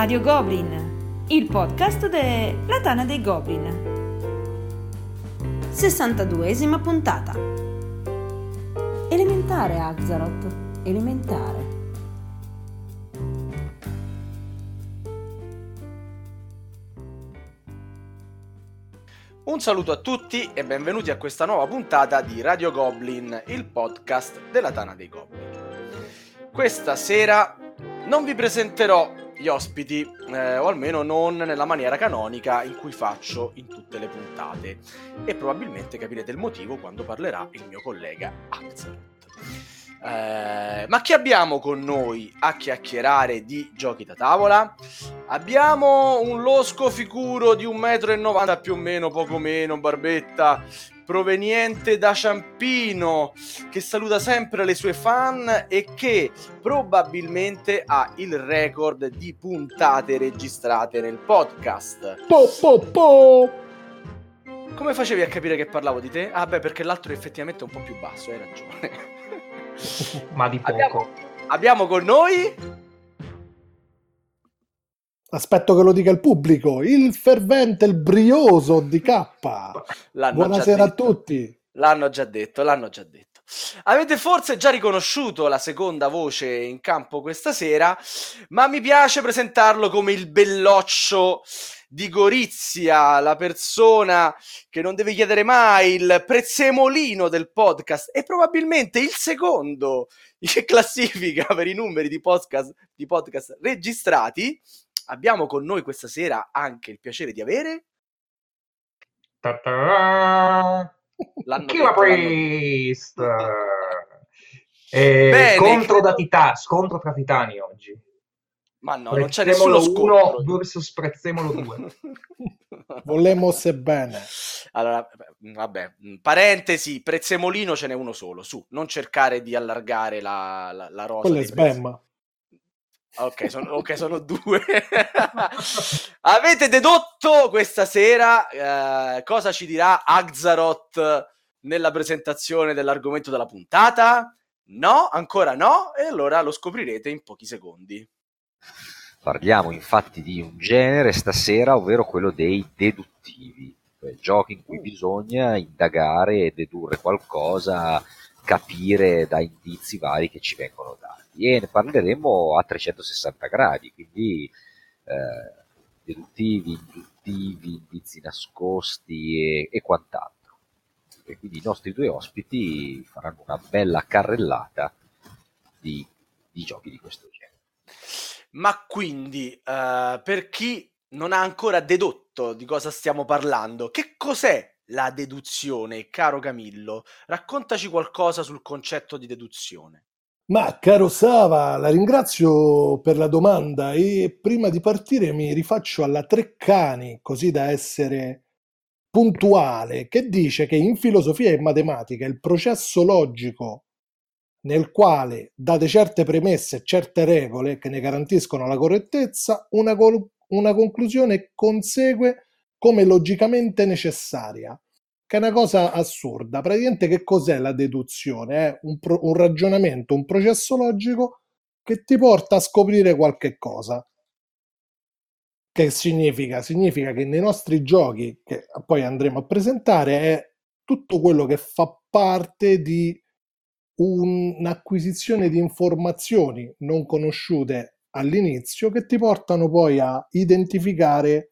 Radio Goblin, il podcast della Tana dei Goblin. 62esima puntata. Elementare, Axaroth, elementare. Un saluto a tutti e benvenuti a questa nuova puntata di Radio Goblin, il podcast della Tana dei Goblin. Questa sera non vi presenterò gli ospiti, o almeno non nella maniera canonica in cui faccio in tutte le puntate, e probabilmente capirete il motivo quando parlerà il mio collega Axaroth. Ma chi abbiamo con noi a chiacchierare di giochi da tavola? Abbiamo un losco ficuro di 1,90 m più o meno, poco meno, barbetta, proveniente da Ciampino, che saluta sempre le sue fan e che probabilmente ha il record di puntate registrate nel podcast. Come facevi a capire che parlavo di te? Ah beh, perché l'altro è effettivamente un po' più basso, hai ragione. Ma di poco. Abbiamo con noi... Aspetto che lo dica il pubblico, il fervente, il brioso DK. Buonasera a tutti. L'hanno già detto. Avete forse già riconosciuto la seconda voce in campo questa sera, ma mi piace presentarlo come il belloccio di Gorizia, la persona che non deve chiedere mai, il prezzemolino del podcast e probabilmente il secondo in classifica per i numeri di podcast registrati. Abbiamo con noi questa sera anche il piacere di avere Kiva Priest. Scontro tra titani oggi. Ma no, non c'è nessuno scontro. 1 versus Prezzemolo 2. Volemmo sebbene. Allora, vabbè, parentesi, prezzemolino ce n'è uno solo, su, non cercare di allargare la rosa. Quello è spam. Ok, sono due. Avete dedotto questa sera cosa ci dirà Axaroth nella presentazione dell'argomento della puntata? No, ancora no, e allora lo scoprirete in pochi secondi. Parliamo infatti di un genere stasera, ovvero quello dei deduttivi, cioè giochi in cui bisogna indagare e dedurre qualcosa, capire da indizi vari che ci vengono dati. E ne parleremo a 360 gradi, quindi deduttivi, induttivi, indizi nascosti e quant'altro. E quindi i nostri due ospiti faranno una bella carrellata di giochi di questo genere. Ma quindi, per chi non ha ancora dedotto di cosa stiamo parlando, che cos'è la deduzione, caro Camillo? Raccontaci qualcosa sul concetto di deduzione. Ma caro Sava, la ringrazio per la domanda e prima di partire mi rifaccio alla Treccani, così da essere puntuale, che dice che in filosofia e matematica il processo logico nel quale, date certe premesse e certe regole che ne garantiscono la correttezza, una conclusione consegue come logicamente necessaria, che è una cosa assurda. Praticamente che cos'è la deduzione? È un ragionamento, un processo logico che ti porta a scoprire qualche cosa. Che significa? Significa che nei nostri giochi, che poi andremo a presentare, è tutto quello che fa parte di un'acquisizione di informazioni non conosciute all'inizio che ti portano poi a identificare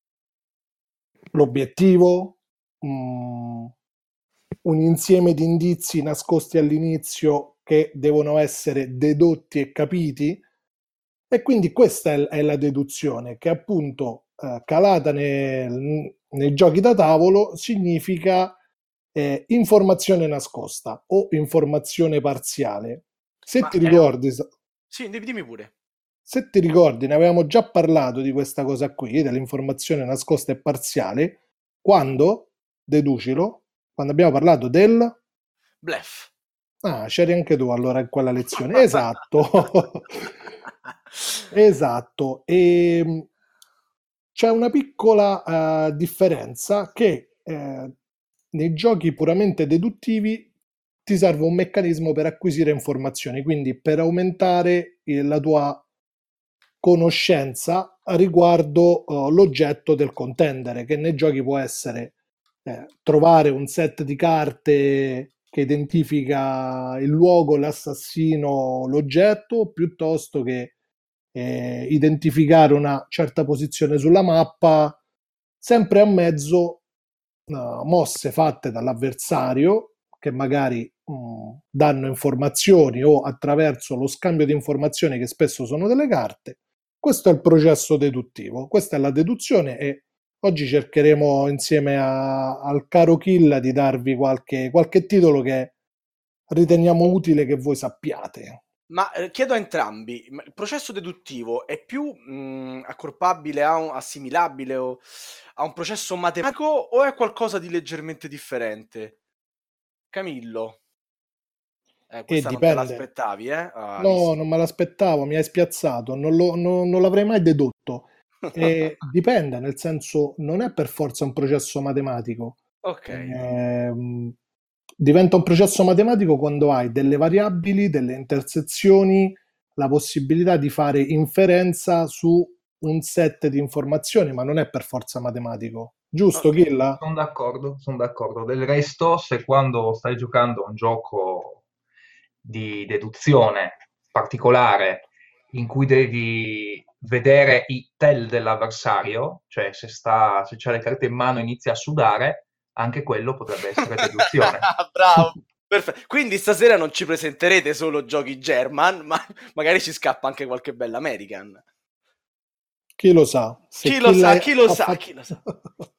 l'obiettivo, un insieme di indizi nascosti all'inizio che devono essere dedotti e capiti, e quindi questa è la deduzione, che appunto calata nei giochi da tavolo significa informazione nascosta o informazione parziale. Se ti ricordi, sì, dimmi pure. Se ti ricordi, ne avevamo già parlato di questa cosa qui, dell'informazione nascosta e parziale, quando, deducilo, quando abbiamo parlato del bluff. Ah, c'eri anche tu allora in quella lezione. Esatto. Esatto. E c'è una piccola differenza che nei giochi puramente deduttivi ti serve un meccanismo per acquisire informazioni, quindi per aumentare la tua conoscenza riguardo l'oggetto del contendere, che nei giochi può essere trovare un set di carte che identifica il luogo, l'assassino, l'oggetto, piuttosto che identificare una certa posizione sulla mappa, sempre a mezzo mosse fatte dall'avversario che magari danno informazioni o attraverso lo scambio di informazioni che spesso sono delle carte. Questo è il processo deduttivo, questa è la deduzione e oggi cercheremo insieme al caro Killa di darvi qualche titolo che riteniamo utile che voi sappiate. Ma chiedo a entrambi, il processo deduttivo è più accorpabile, assimilabile a un processo matematico o è qualcosa di leggermente differente? Camillo, questa non te Dipende. l'aspettavi, eh? Ah, No, visto. non me l'aspettavo, mi hai spiazzato, non l'avrei mai dedotto. Dipende, nel senso, non è per forza un processo matematico. Ok. Diventa un processo matematico quando hai delle variabili, delle intersezioni, la possibilità di fare inferenza su un set di informazioni, ma non è per forza matematico. Giusto, Ok. Killa? Sono d'accordo. Del resto, se quando stai giocando a un gioco di deduzione particolare in cui devi vedere i tell dell'avversario, cioè se c'ha le carte in mano e inizia a sudare, anche quello potrebbe essere deduzione. Bravo. Perfetto. Quindi stasera non ci presenterete solo giochi German, ma magari ci scappa anche qualche bella American. Chi lo sa? Se Chi lo sa, Killa chi lo ha sa, fatto- chi lo sa.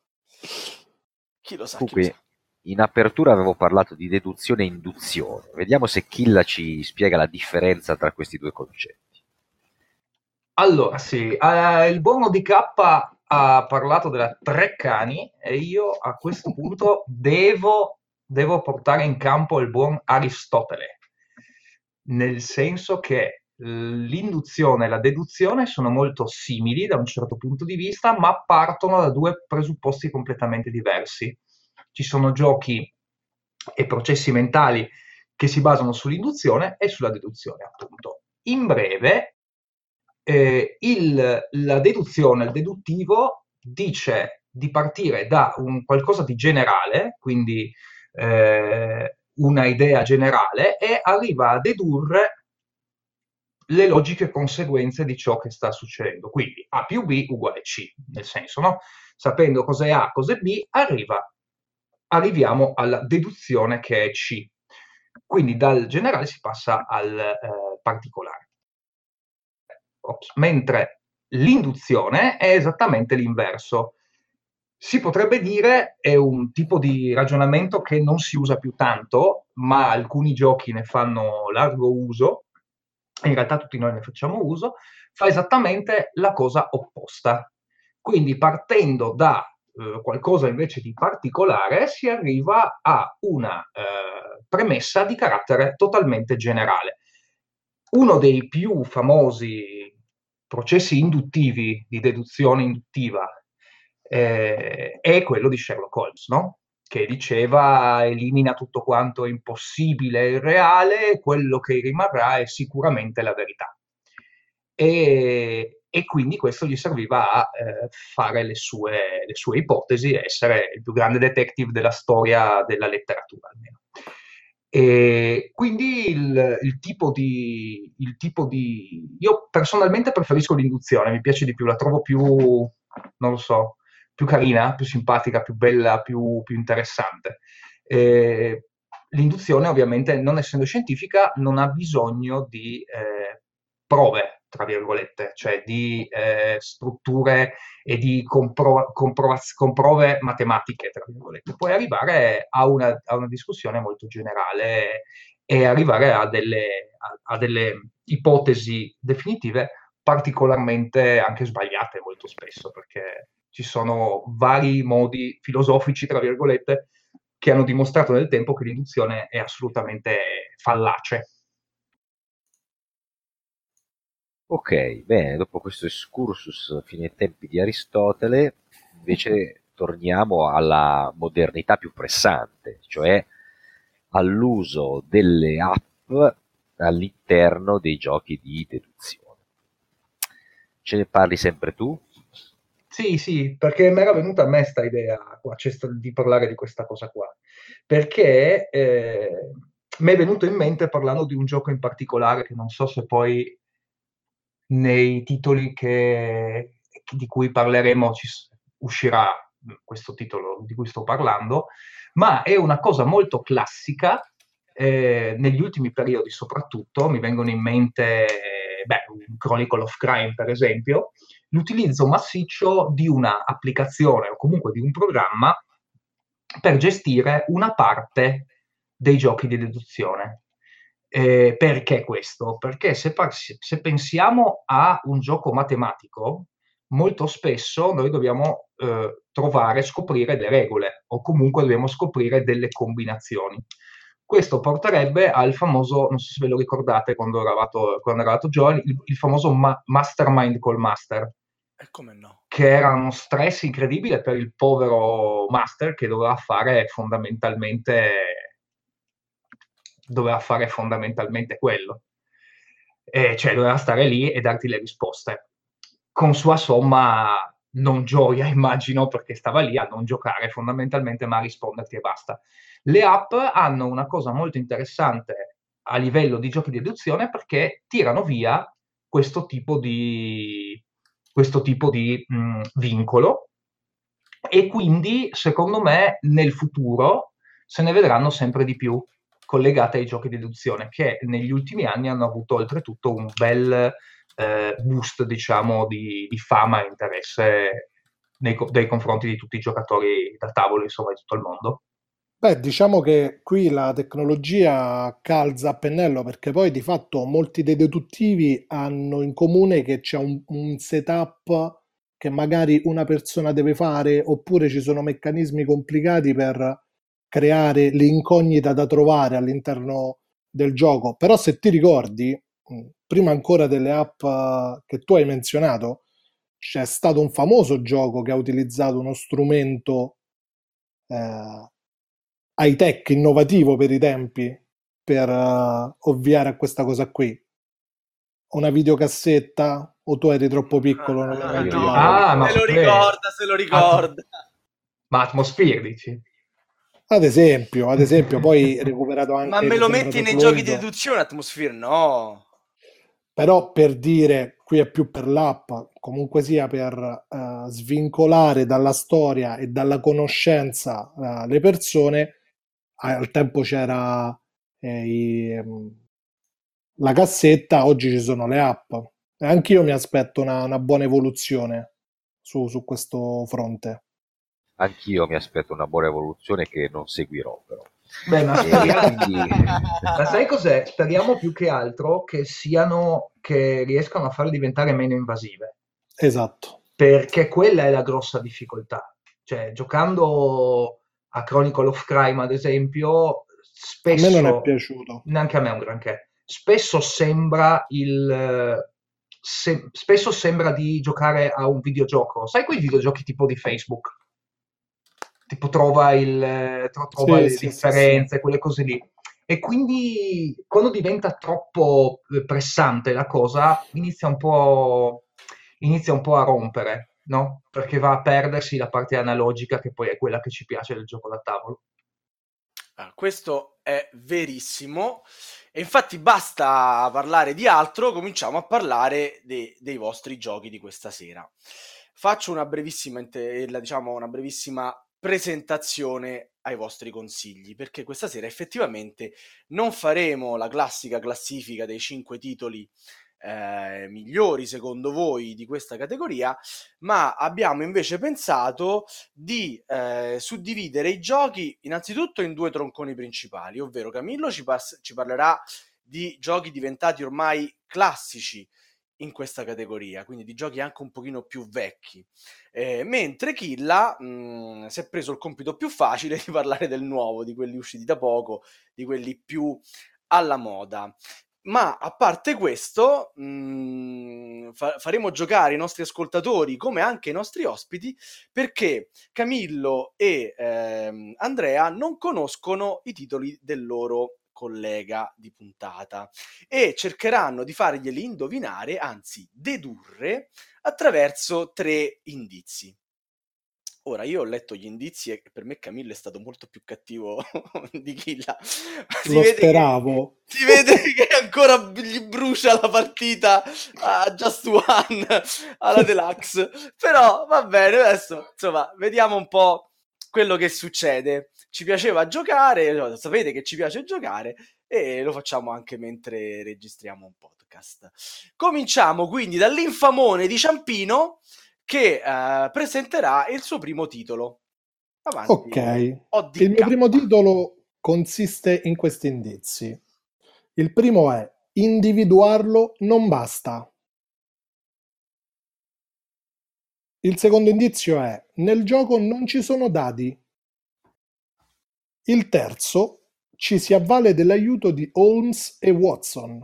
Chi lo sa, chi lo Comunque, sa. in apertura avevo parlato di deduzione e induzione. Vediamo se Killa ci spiega la differenza tra questi due concetti. Allora, sì, il buon ODK ha parlato della Treccani e io a questo punto devo portare in campo il buon Aristotele, nel senso che l'induzione e la deduzione sono molto simili da un certo punto di vista, ma partono da due presupposti completamente diversi. Ci sono giochi e processi mentali che si basano sull'induzione e sulla deduzione, appunto. In breve, la deduzione, il deduttivo, dice di partire da un qualcosa di generale, quindi una idea generale, e arriva a dedurre le logiche conseguenze di ciò che sta succedendo. Quindi A più B uguale C, nel senso, no? Sapendo cos'è A, cos'è B, arriviamo alla deduzione che è C. Quindi dal generale si passa al particolare. Mentre l'induzione è esattamente l'inverso. Si potrebbe dire è un tipo di ragionamento che non si usa più tanto, ma alcuni giochi ne fanno largo uso, in realtà tutti noi ne facciamo uso, fa esattamente la cosa opposta. Quindi partendo da qualcosa invece di particolare si arriva a una premessa di carattere totalmente generale. Uno dei più famosi processi induttivi di deduzione induttiva è quello di Sherlock Holmes, no? Che diceva elimina tutto quanto è impossibile e irreale, quello che rimarrà è sicuramente la verità. E quindi questo gli serviva a fare le sue ipotesi e essere il più grande detective della storia della letteratura, almeno. E quindi il tipo di... Io personalmente preferisco l'induzione, mi piace di più, la trovo più, non lo so, più carina, più simpatica, più bella, più interessante. L'induzione, ovviamente, non essendo scientifica, non ha bisogno di prove, tra virgolette, cioè di strutture e di comprove matematiche, tra virgolette. Puoi arrivare a una discussione molto generale e arrivare a delle ipotesi definitive particolarmente anche sbagliate molto spesso, perché ci sono vari modi filosofici, tra virgolette, che hanno dimostrato nel tempo che l'induzione è assolutamente fallace. Ok, bene, dopo questo excursus fino ai tempi di Aristotele, invece torniamo alla modernità più pressante, cioè all'uso delle app all'interno dei giochi di deduzione. ce ne parli sempre tu? Sì, perché mi era venuta a me sta idea qua, di parlare di questa cosa qua, perché mi è venuto in mente parlando di un gioco in particolare che non so se poi nei titoli di cui parleremo uscirà questo titolo di cui sto parlando, ma è una cosa molto classica, negli ultimi periodi soprattutto, mi vengono in mente un Chronicle of Crime per esempio, l'utilizzo massiccio di una applicazione o comunque di un programma per gestire una parte dei giochi di deduzione. Perché questo? Perché se pensiamo a un gioco matematico, molto spesso noi dobbiamo scoprire le regole o comunque dobbiamo scoprire delle combinazioni. Questo porterebbe al famoso, non so se ve lo ricordate quando eravate giovani, il famoso Mastermind Call Master. E come no? Che era uno stress incredibile per il povero Master che doveva fare fondamentalmente quello. Cioè doveva stare lì e darti le risposte. Con sua somma non gioia, immagino, perché stava lì a non giocare fondamentalmente, ma a risponderti e basta. Le app hanno una cosa molto interessante a livello di giochi di deduzione perché tirano via questo tipo di vincolo e quindi, secondo me, nel futuro se ne vedranno sempre di più collegate ai giochi di deduzione, che negli ultimi anni hanno avuto oltretutto un bel boost, diciamo, di fama e interesse nei confronti di tutti i giocatori da tavolo, insomma, di tutto il mondo. Beh, diciamo che qui la tecnologia calza a pennello perché poi di fatto molti dei deduttivi hanno in comune che c'è un setup che magari una persona deve fare oppure ci sono meccanismi complicati per creare l'incognita da trovare all'interno del gioco. Però se ti ricordi, prima ancora delle app che tu hai menzionato, c'è stato un famoso gioco che ha utilizzato uno strumento high-tech, innovativo per i tempi, per ovviare a questa cosa qui. Una videocassetta o tu eri troppo piccolo, non l'hai mai io giocato? Se lo ricorda. Ma Atmosphere, dici? Ad esempio, poi recuperato anche... Ma me mi lo sembra, metti da nei giochi di Cloyd. deduzione, Atmosphere? No. Però per dire, qui è più per l'app, comunque sia per svincolare dalla storia e dalla conoscenza le persone, al tempo c'era la cassetta, oggi ci sono le app. E anch'io mi aspetto una buona evoluzione su questo fronte. Anch'io mi aspetto una buona evoluzione che non seguirò, però. Beh, ma Quindi... ma sai cos'è? Speriamo più che altro che riescano a farle diventare meno invasive. Esatto. Perché quella è la grossa difficoltà. Cioè, giocando a Chronicle of Crime, ad esempio, spesso... A me non è piaciuto. Neanche a me un granché. Spesso sembra di giocare a un videogioco. Sai quei videogiochi tipo di Facebook? Tipo trova le differenze, Sì. quelle cose lì. E quindi quando diventa troppo pressante la cosa, inizia un po' a rompere, no? Perché va a perdersi la parte analogica che poi è quella che ci piace del gioco da tavolo. Questo è verissimo. E infatti basta parlare di altro, cominciamo a parlare dei vostri giochi di questa sera. Faccio una brevissima presentazione ai vostri consigli, perché questa sera effettivamente non faremo la classica classifica dei 5 titoli migliori secondo voi di questa categoria, ma abbiamo invece pensato di suddividere i giochi innanzitutto in 2 tronconi principali, ovvero Camillo ci parlerà di giochi diventati ormai classici in questa categoria, quindi di giochi anche un pochino più vecchi, mentre Killa si è preso il compito più facile di parlare del nuovo, di quelli usciti da poco, di quelli più alla moda. Ma a parte questo, faremo giocare i nostri ascoltatori come anche i nostri ospiti, perché Camillo e Andrea non conoscono i titoli del loro collega di puntata e cercheranno di farglieli indovinare, anzi dedurre, attraverso 3 indizi. Ora, io ho letto gli indizi e per me Camillo è stato molto più cattivo di Killa. Lo speravo. Si vede che ancora gli brucia la partita a Just One, alla Deluxe. Però va bene, adesso insomma, vediamo un po' quello che succede. Ci piaceva giocare, sapete che ci piace giocare e lo facciamo anche mentre registriamo un podcast. Cominciamo quindi dall'infamone di Ciampino, che presenterà il suo primo titolo. Avanti. Ok, il mio primo titolo consiste in questi indizi. Il primo è: individuarlo non basta. Il secondo indizio è: nel gioco non ci sono dadi. Il terzo: ci si avvale dell'aiuto di Holmes e Watson.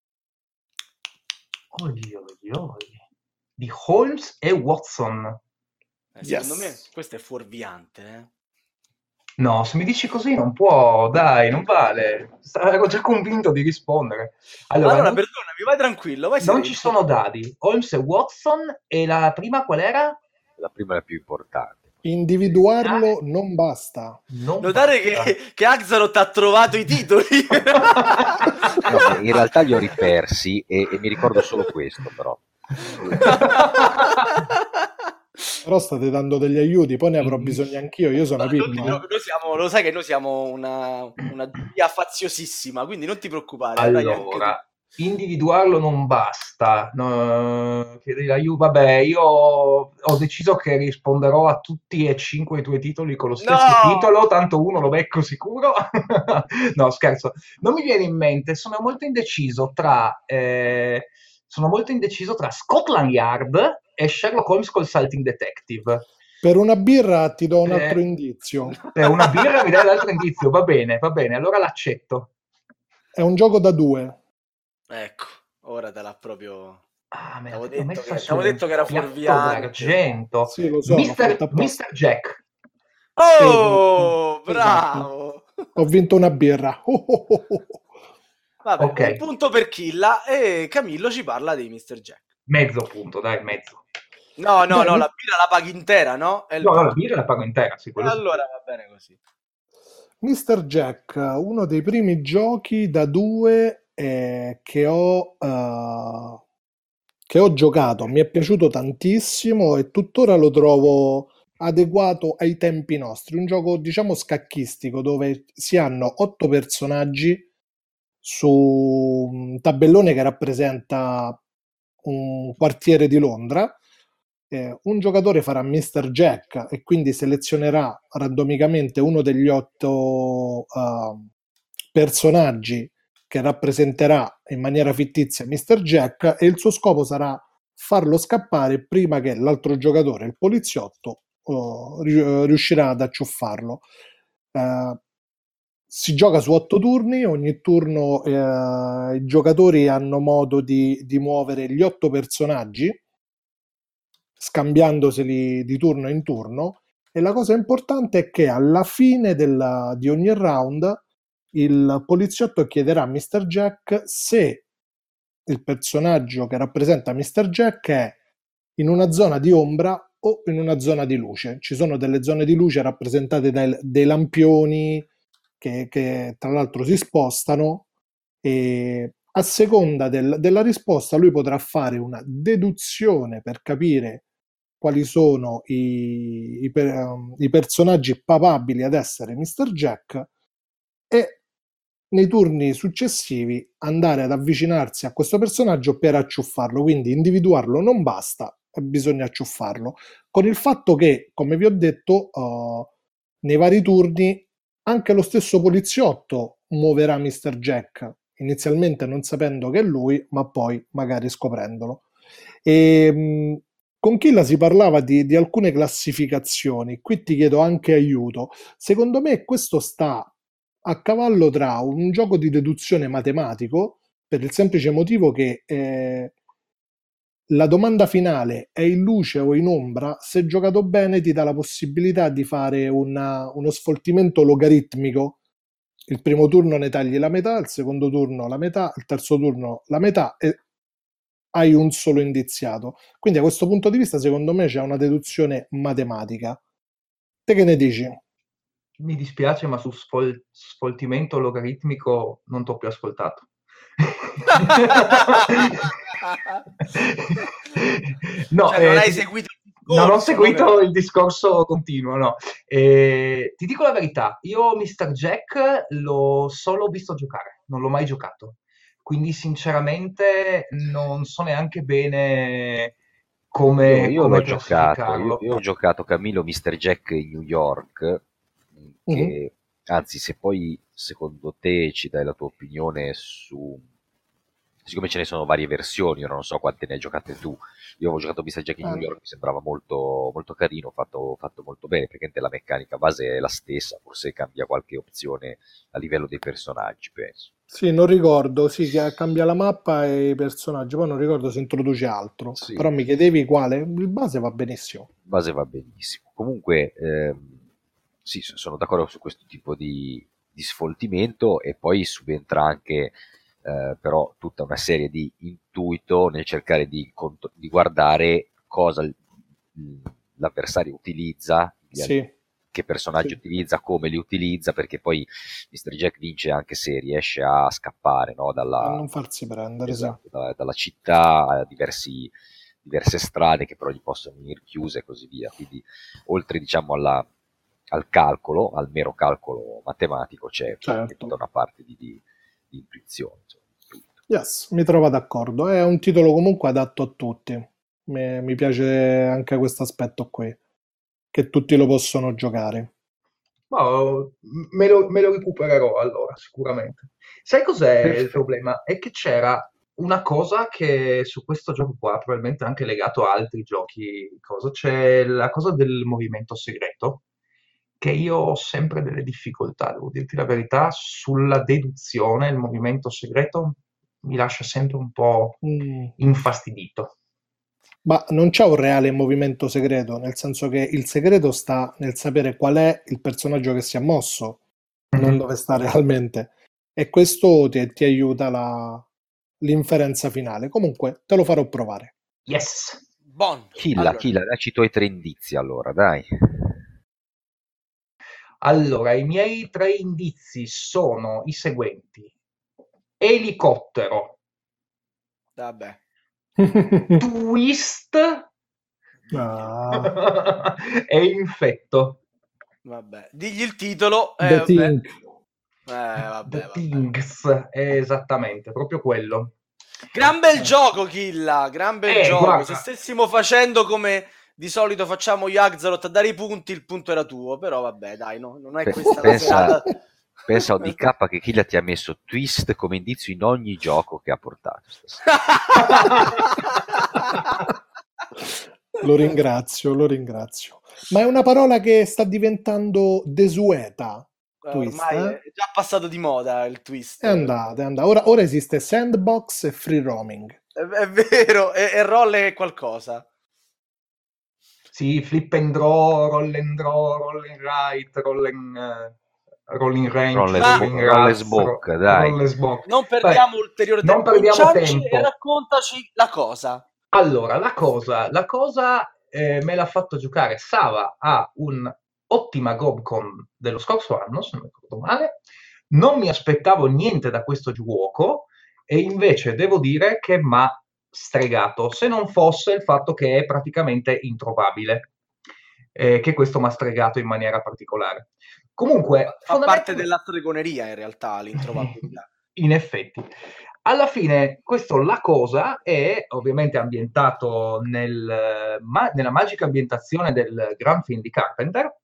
Di Holmes e Watson. Secondo me questo è fuorviante. No, se mi dici così non può, dai, non vale. Ero già convinto di rispondere. Allora perdonami, vai tranquillo, vai sereno. Non ci sono dadi. Holmes e Watson, e la prima qual era? La prima è la più importante. Individuarlo non basta. Notare che Axelot ha trovato i titoli. No, in realtà li ho ripersi e mi ricordo solo questo, però. Però state dando degli aiuti, poi ne avrò bisogno anch'io. Io sono pippa. Lo sai che noi siamo una giuria faziosissima, quindi non ti preoccupare. Allora, individuarlo non basta. No, vabbè, io ho deciso che risponderò a tutti e 5 i tuoi titoli con lo stesso titolo, tanto uno lo becco sicuro. No, scherzo. Non mi viene in mente, sono molto indeciso tra Scotland Yard e Sherlock Holmes col Salting Detective. Per una birra ti do un altro indizio. Per una birra mi dai l'altro indizio, va bene, allora l'accetto. È un gioco da 2. Ecco, ora te l'ha proprio... Avevo detto che era fuorviante. D'argento. Sì, lo so, Mr. Jack. Oh, bravo! Esatto. Ho vinto una birra. Vabbè, Okay. Un punto per Killa e Camillo ci parla di Mr. Jack. Mezzo punto, dai, mezzo. No, la birra la paghi intera, no? No, la birra la pago intera, sì. Allora va bene così. Mr. Jack, uno dei primi giochi da 2 che ho giocato, mi è piaciuto tantissimo e tuttora lo trovo adeguato ai tempi nostri. Un gioco, diciamo, scacchistico dove si hanno 8 personaggi su un tabellone che rappresenta un quartiere di Londra. Un giocatore farà Mr. Jack e quindi selezionerà randomicamente uno degli 8 personaggi che rappresenterà in maniera fittizia Mr. Jack, e il suo scopo sarà farlo scappare prima che l'altro giocatore, il poliziotto, riuscirà ad acciuffarlo. Si gioca su 8 turni, ogni turno i giocatori hanno modo di muovere gli 8 personaggi scambiandoseli di turno in turno, e la cosa importante è che alla fine di ogni round il poliziotto chiederà a Mr. Jack se il personaggio che rappresenta Mr. Jack è in una zona di ombra o in una zona di luce. Ci sono delle zone di luce rappresentate dai lampioni che tra l'altro si spostano, e a seconda della risposta lui potrà fare una deduzione per capire quali sono i personaggi papabili ad essere Mr. Jack, e nei turni successivi andare ad avvicinarsi a questo personaggio per acciuffarlo. Quindi individuarlo non basta, bisogna acciuffarlo, con il fatto che, come vi ho detto, nei vari turni anche lo stesso poliziotto muoverà Mr. Jack, inizialmente non sapendo che è lui, ma poi magari scoprendolo. Con Killa si parlava di alcune classificazioni, qui ti chiedo anche aiuto. Secondo me questo sta a cavallo tra un gioco di deduzione matematico, per il semplice motivo che la domanda finale è in luce o in ombra, se giocato bene ti dà la possibilità di fare uno sfoltimento logaritmico Il primo turno ne tagli la metà, il secondo turno la metà, il terzo turno la metà e hai un solo indiziato. Quindi da questo punto di vista, secondo me, c'è una deduzione matematica. Te che ne dici? Mi dispiace, ma su sfoltimento logaritmico non t'ho più ascoltato. No, Cioè, non hai seguito il discorso, non ho seguito no? il discorso continuo, no. Ti dico la verità, io Mr. Jack l'ho solo visto giocare, non l'ho mai giocato. Quindi sinceramente non so neanche bene Io come l'ho giocato, classificarlo. io ho giocato Camillo Mr. Jack in New York, Mhm. che anzi se poi secondo te ci dai la tua opinione su, siccome ce ne sono varie versioni, ora non so quante ne hai giocate tu, io avevo giocato Mr. Jack in New York, mi sembrava molto, molto carino, fatto molto bene, perché la meccanica base è la stessa, forse cambia qualche opzione a livello dei personaggi, penso. Sì, non ricordo, sì, che cambia la mappa e i personaggi, poi non ricordo se introduce altro, Sì, però mi chiedevi quale? Il base va benissimo. base va benissimo. Comunque, sì, sono d'accordo su questo tipo di sfoltimento e poi subentra anche però tutta una serie di intuito nel cercare di guardare cosa l'avversario utilizza, Sì, che personaggi sì, utilizza, come li utilizza, perché poi Mr. Jack vince anche se riesce a scappare, no, a non farsi prendere, sì. esatto, dalla città a diverse strade che però gli possono venire chiuse e così via. Quindi, oltre diciamo al calcolo, al mero calcolo matematico, c'è poi anche tutta Certo. una parte di intuizione. Insomma, di intuito. Yes, mi trovo d'accordo. È un titolo comunque adatto a tutti. Mi piace anche questo aspetto qui, che tutti lo possono giocare. Ma me lo recupererò allora, sicuramente. Sai cos'è il Perfetto. problema? È che c'era una cosa che su questo gioco qua, probabilmente anche legato a altri giochi, c'è la cosa del movimento segreto, che io ho sempre delle difficoltà, devo dirti la verità, sulla deduzione, il movimento segreto mi lascia sempre un po' Mm. infastidito. Ma non c'è un reale movimento segreto, nel senso che il segreto sta nel sapere qual è il personaggio che si è mosso, non Mhm. dove sta realmente. E questo ti aiuta l'inferenza finale. Comunque, te lo farò provare. Yes! Bon, allora, Killa, dacci i tuoi 3 indizi allora, dai. Allora, i miei 3 indizi sono i seguenti. Elicottero, vabbè. twist Ah, e infetto. Vabbè, digli il titolo. The Vabbè. Thing. The Vabbè. Things, esattamente, proprio quello. Gran bel gioco, Killa. Gran bel gioco. Se Guarda, stessimo facendo come di solito facciamo gli Axolot a dare i punti, il punto era tuo. Però vabbè, dai, no, non è questa la Pensa, serata. pensa a ODK che Killa ti ha messo twist come indizio in ogni gioco che ha portato stasera. Lo ringrazio, lo ringrazio. Ma è una parola che sta diventando desueta, twist, Ormai eh? è già passato di moda il È twist. andata, è andata. Ora esiste sandbox e free roaming. È vero, e roll è qualcosa. sì, flip and draw, roll and right, rolling range, rolling Roll e rats, smoke, dai. roll and smoke. Non Beh, perdiamo ulteriore non tempo. perdiamo Cominciamoci e tempo. raccontaci la cosa. Allora, la cosa me l'ha fatto giocare Sava a un'ottima GobCon dello scorso anno, se non ricordo male. Non mi aspettavo niente da questo gioco e invece devo dire che m'ha stregato, se non fosse il fatto che è praticamente introvabile, che questo m'ha stregato in maniera particolare. Comunque, Fa parte fondamentalmente, della stregoneria, in realtà, l'introvabilità. in effetti. Alla fine, questo La Cosa è ovviamente ambientato nella magica ambientazione del gran film di Carpenter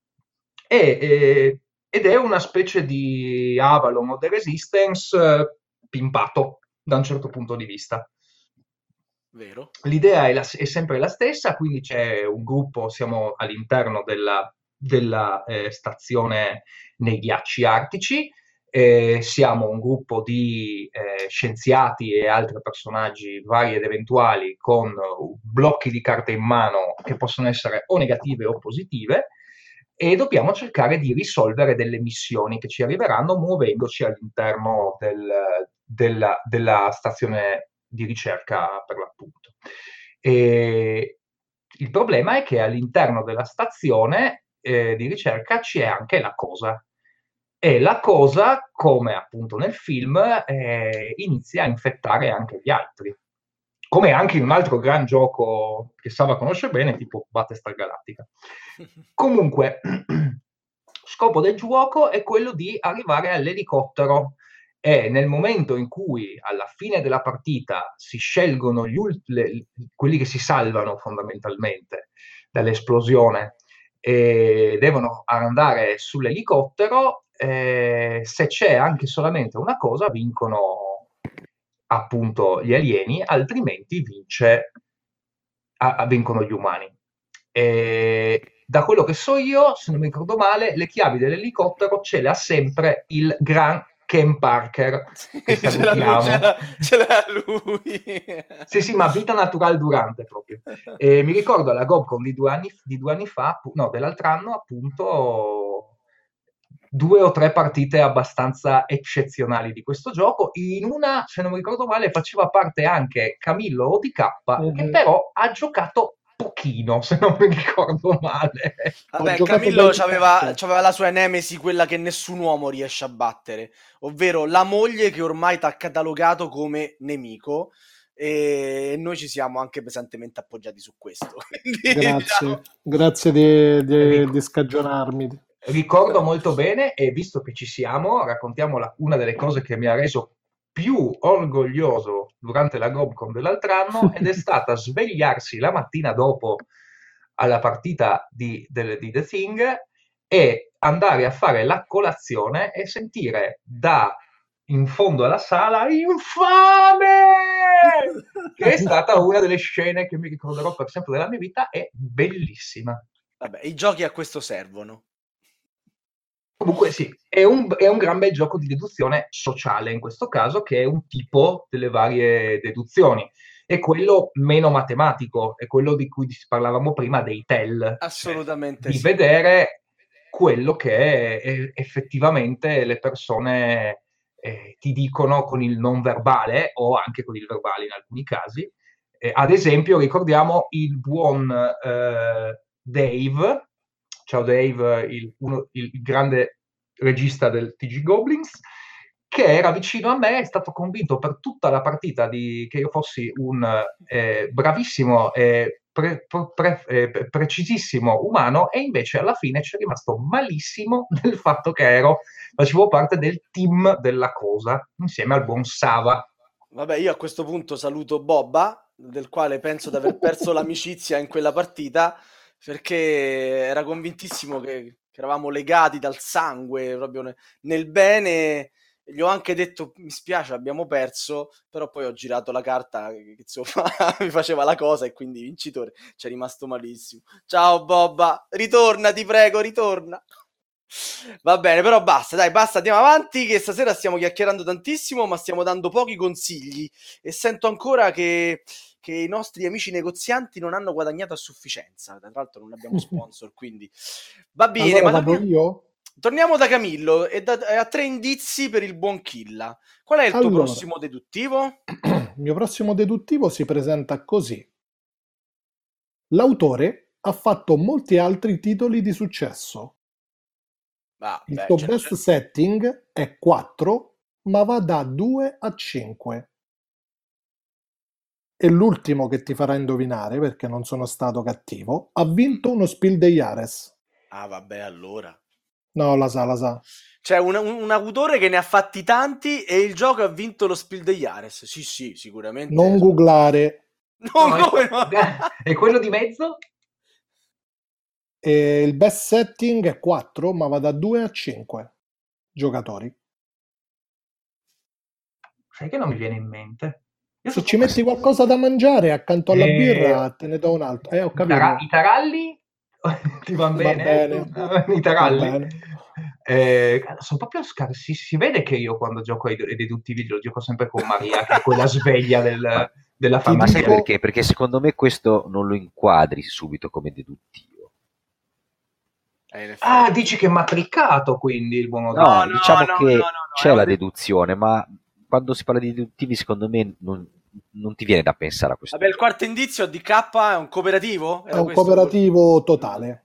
ed è una specie di Avalon o The Resistance pimpato da un certo punto di vista. Vero? L'idea è sempre la stessa, quindi c'è un gruppo, siamo all'interno della stazione nei ghiacci artici, siamo un gruppo di scienziati e altri personaggi vari ed eventuali con blocchi di carta in mano che possono essere o negative o positive, e dobbiamo cercare di risolvere delle missioni che ci arriveranno muovendoci all'interno della stazione di ricerca, per l'appunto. E il problema è che all'interno della stazione di ricerca c'è anche la cosa. E la cosa, come appunto nel film, inizia a infettare anche gli altri. Come anche in un altro gran gioco che Sava conosce bene, tipo Battlestar Galactica. Comunque, scopo del gioco è quello di arrivare all'elicottero, e nel momento in cui alla fine della partita si scelgono quelli che si salvano fondamentalmente dall'esplosione e devono andare sull'elicottero, se c'è anche solamente una cosa vincono appunto gli alieni, altrimenti vincono gli umani. Da quello che so io, se non mi ricordo male, le chiavi dell'elicottero ce le ha sempre il gran Ken Parker, che salutiamo. Ce l'ha lui. Sì, ma vita naturale durante proprio. Mi ricordo alla GobCon di due anni fa, no, dell'altro anno, appunto, 2 o 3 partite abbastanza eccezionali di questo gioco. In una, se non mi ricordo male, faceva parte anche Camillo ODK, che però ha giocato pochino, se non mi ricordo male. Vabbè, Camillo c'aveva la sua nemesi, quella che nessun uomo riesce a battere, ovvero la moglie che ormai t'ha catalogato come nemico, e noi ci siamo anche pesantemente appoggiati su questo. Grazie di scagionarmi. Ricordo molto bene, e visto che ci siamo, raccontiamo una delle cose che mi ha reso più orgoglioso durante la GobCon dell'altro anno, ed è stata svegliarsi la mattina dopo alla partita di The Thing e andare a fare la colazione e sentire da in fondo alla sala "Infame!", che è stata una delle scene che mi ricorderò per sempre della mia vita. È bellissima. Vabbè, i giochi a questo servono. Comunque sì, è un gran bel gioco di deduzione sociale in questo caso, che è un tipo delle varie deduzioni. È quello meno matematico, è quello di cui parlavamo prima dei tell. Assolutamente di sì. vedere quello che effettivamente le persone ti dicono con il non verbale, o anche con il verbale in alcuni casi. Ad esempio, ricordiamo il buon Dave. Ciao Dave, il grande regista del TG Goblins, che era vicino a me, è stato convinto per tutta la partita che io fossi un bravissimo e precisissimo umano, e invece alla fine ci è rimasto malissimo del fatto che facevo parte del team della cosa, insieme al buon Sava. Vabbè, io a questo punto saluto Bobba, del quale penso di aver perso l'amicizia in quella partita, perché era convintissimo che eravamo legati dal sangue, proprio nel bene. Gli ho anche detto: mi spiace, abbiamo perso, però poi ho girato la carta che insomma mi faceva la cosa, e quindi vincitore. Ci è rimasto malissimo. Ciao Bobba, ritorna, ti prego, ritorna. Va bene, però basta, andiamo avanti, che stasera stiamo chiacchierando tantissimo, ma stiamo dando pochi consigli, e sento ancora che i nostri amici negozianti non hanno guadagnato a sufficienza. Tra l'altro non abbiamo sponsor, quindi va bene. Allora, vado io? Torniamo da Camillo e a 3 indizi per il buon Killa. Qual è il tuo prossimo deduttivo? Il mio prossimo deduttivo si presenta così. L'autore ha fatto molti altri titoli di successo. Il suo best setting è 4, ma va da 2 a 5. E l'ultimo che ti farà indovinare, perché non sono stato cattivo, ha vinto uno Spiel des Jahres. Ah, vabbè, allora. No, la sa. Cioè, un autore che ne ha fatti tanti e il gioco ha vinto lo Spiel des Jahres. Sì, sicuramente. Non googlare. No. E quello di mezzo? E il best setting è 4, ma va da 2 a 5 giocatori. Sai che non mi viene in mente? Se ci metti qualcosa da mangiare accanto alla birra, te ne do un altro. Ho capito. I taralli? Ti van bene? I taralli? Sono proprio scarsi. Si vede che io quando gioco ai deduttivi lo gioco sempre con Maria, che è quella sveglia della famiglia. Ma sai perché? Perché secondo me questo non lo inquadri subito come deduttivo. in effetti. Ah, dici che è matricato quindi il buon No, O'Donnell. diciamo che no, c'è è la un de- deduzione, ma quando si parla di deduttivi, secondo me non ti viene da pensare a questo. Vabbè, il quarto indizio DK è un cooperativo? È Era un questo? cooperativo totale.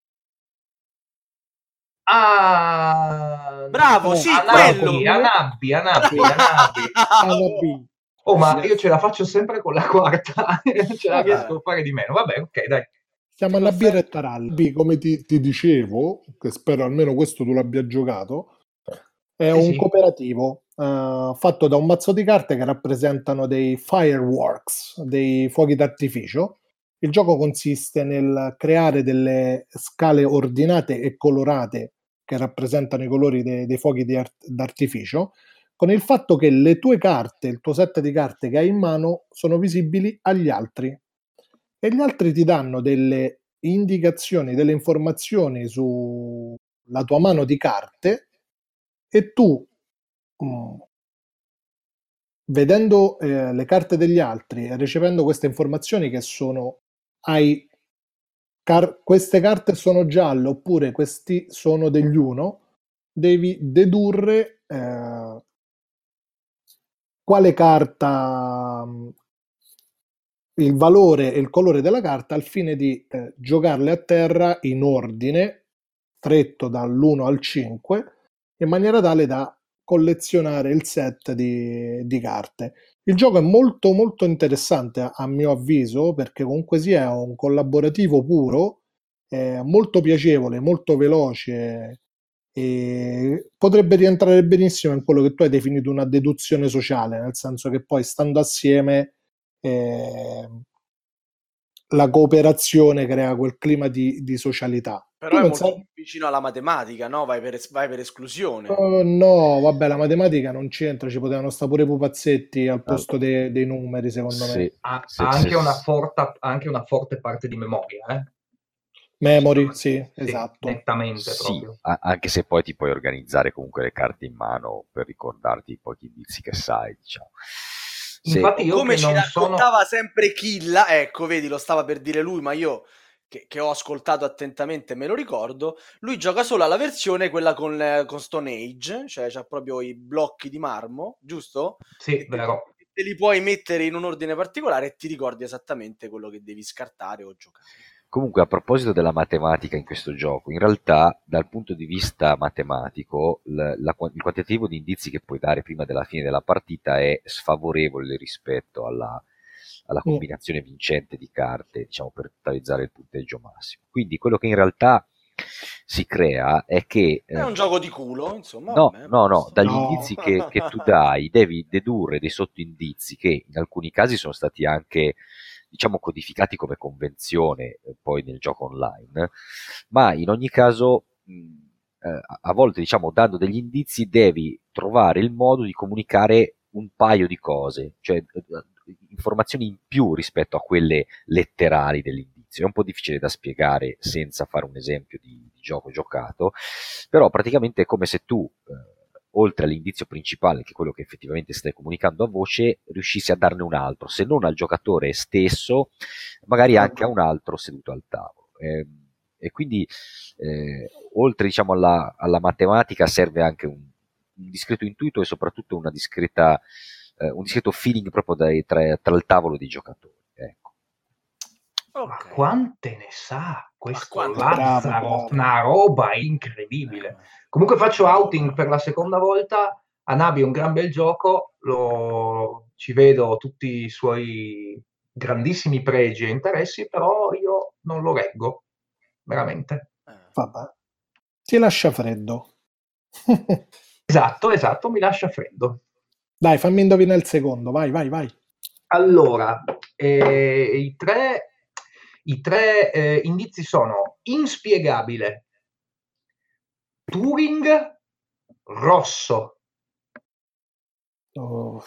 Ah, Bravo, sì, quello! Anabbi. Anabi. Oh, ma io ce la faccio sempre con la quarta, ce la Vabbè. riesco a fare di meno. Vabbè, ok, dai. Siamo a Lo Nabir sai- e Taralli. Come ti dicevo, che spero almeno questo tu l'abbia giocato, è Sì, un sì. cooperativo fatto da un mazzo di carte che rappresentano dei fireworks, dei fuochi d'artificio. Il gioco consiste nel creare delle scale ordinate e colorate che rappresentano i colori dei fuochi d'artificio, con il fatto che le tue carte, il tuo set di carte che hai in mano, sono visibili agli altri. E gli altri ti danno delle indicazioni, delle informazioni sulla tua mano di carte e tu, mh, vedendo le carte degli altri e ricependo queste informazioni che sono, hai queste carte sono gialle oppure questi sono degli uno, devi dedurre quale carta, il valore e il colore della carta al fine di giocarle a terra in ordine, stretto dall'1 al 5, in maniera tale da collezionare il set di carte. Il gioco è molto molto interessante a mio avviso perché comunque sia è un collaborativo puro, molto piacevole, molto veloce e potrebbe rientrare benissimo in quello che tu hai definito una deduzione sociale, nel senso che poi stando assieme la cooperazione crea quel clima di socialità. Però Tu è non molto sai... più vicino alla matematica, no? Vai per esclusione. Oh, no, vabbè, la matematica non c'entra, ci potevano stare pure i pupazzetti al posto Allora, dei numeri, secondo me. sì, Ha se- se- anche anche una forte parte di memoria, eh? Memory, sì, Sì, esatto. nettamente sì, proprio. anche se poi ti puoi organizzare comunque le carte in mano per ricordarti i pochi indizi che sai, diciamo. Infatti O io come che ci non sono... raccontava sempre Killa, ecco, vedi, lo stava per dire lui, ma io che ho ascoltato attentamente me lo ricordo, lui gioca solo alla versione quella con Stone Age, cioè c'ha proprio i blocchi di marmo, giusto? Sì, E vero. te li puoi mettere in un ordine particolare e ti ricordi esattamente quello che devi scartare o giocare. Comunque, a proposito della matematica in questo gioco, in realtà, dal punto di vista matematico, il quantitativo di indizi che puoi dare prima della fine della partita è sfavorevole rispetto alla Mm. combinazione vincente di carte, diciamo, per totalizzare il punteggio massimo. Quindi, quello che in realtà si crea è che È un gioco di culo, insomma, no, vabbè, no, no, basta. dagli No. indizi che tu dai devi dedurre dei sottoindizi che in alcuni casi sono stati anche, diciamo, codificati come convenzione poi nel gioco online, ma in ogni caso, a volte, diciamo, dando degli indizi devi trovare il modo di comunicare un paio di cose, cioè informazioni in più rispetto a quelle letterali dell'indizio. È un po' difficile da spiegare senza fare un esempio di gioco giocato, però praticamente è come se tu, oltre all'indizio principale, che è quello che effettivamente stai comunicando a voce, riuscissi a darne un altro, se non al giocatore stesso, magari anche a un altro seduto al tavolo. E quindi, oltre diciamo, alla matematica, serve anche un discreto intuito e soprattutto un discreto feeling proprio tra il tavolo dei giocatori. Ecco. Ma Ok. quante ne sa questo quante Bravo, Lazzaro? bravo. Una roba incredibile. Comunque faccio outing per la seconda volta. Anabi è un gran bel gioco, ci vedo tutti i suoi grandissimi pregi e interessi, però io non lo reggo, veramente. Vabbè. Ti lascia freddo. Esatto, mi lascia freddo. Dai, fammi indovinare il secondo, vai, vai, vai. Allora, i tre indizi sono inspiegabile, Turing, rosso. Oh.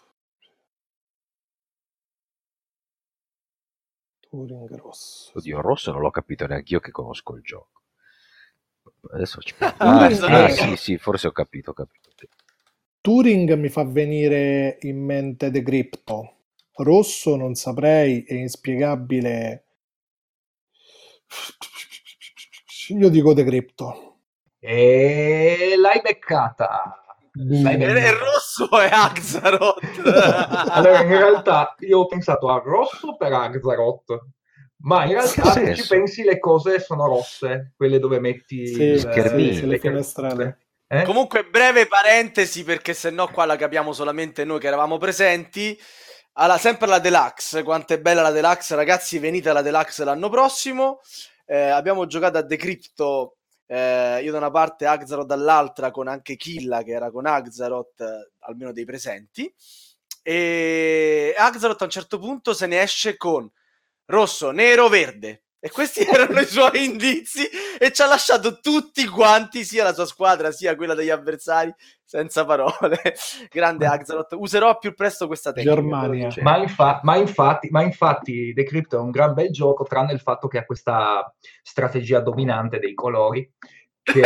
Turing rosso. Oddio, il rosso non l'ho capito neanche io che conosco il gioco. Adesso ci sì, forse ho capito. Turing mi fa venire in mente Decrypto. Rosso non saprei, è inspiegabile. Io dico Decrypto. E l'hai beccata. L'hai È beccata. rosso è Axaroth. Allora, in realtà io ho pensato a rosso per Axaroth, ma in Che realtà se ci senso? pensi le cose sono rosse, quelle dove metti Sì, il, schermini. sì, le finestrelle. Comunque, breve parentesi, perché sennò qua la capiamo solamente noi che eravamo presenti. Sempre la Deluxe, quanto è bella la Deluxe, ragazzi, venite alla Deluxe l'anno prossimo. Abbiamo giocato a Decrypto, io da una parte, Axaroth dall'altra, con anche Killa che era con Axaroth, almeno dei presenti. E Axaroth a un certo punto se ne esce con rosso, nero, verde. E questi erano i suoi indizi e ci ha lasciato tutti quanti, sia la sua squadra sia quella degli avversari, senza parole. Grande Axaroth. Userò più presto questa tecnica. ve lo Germania. dico. Ma infatti Decrypto è un gran bel gioco, tranne il fatto che ha questa strategia dominante dei colori, che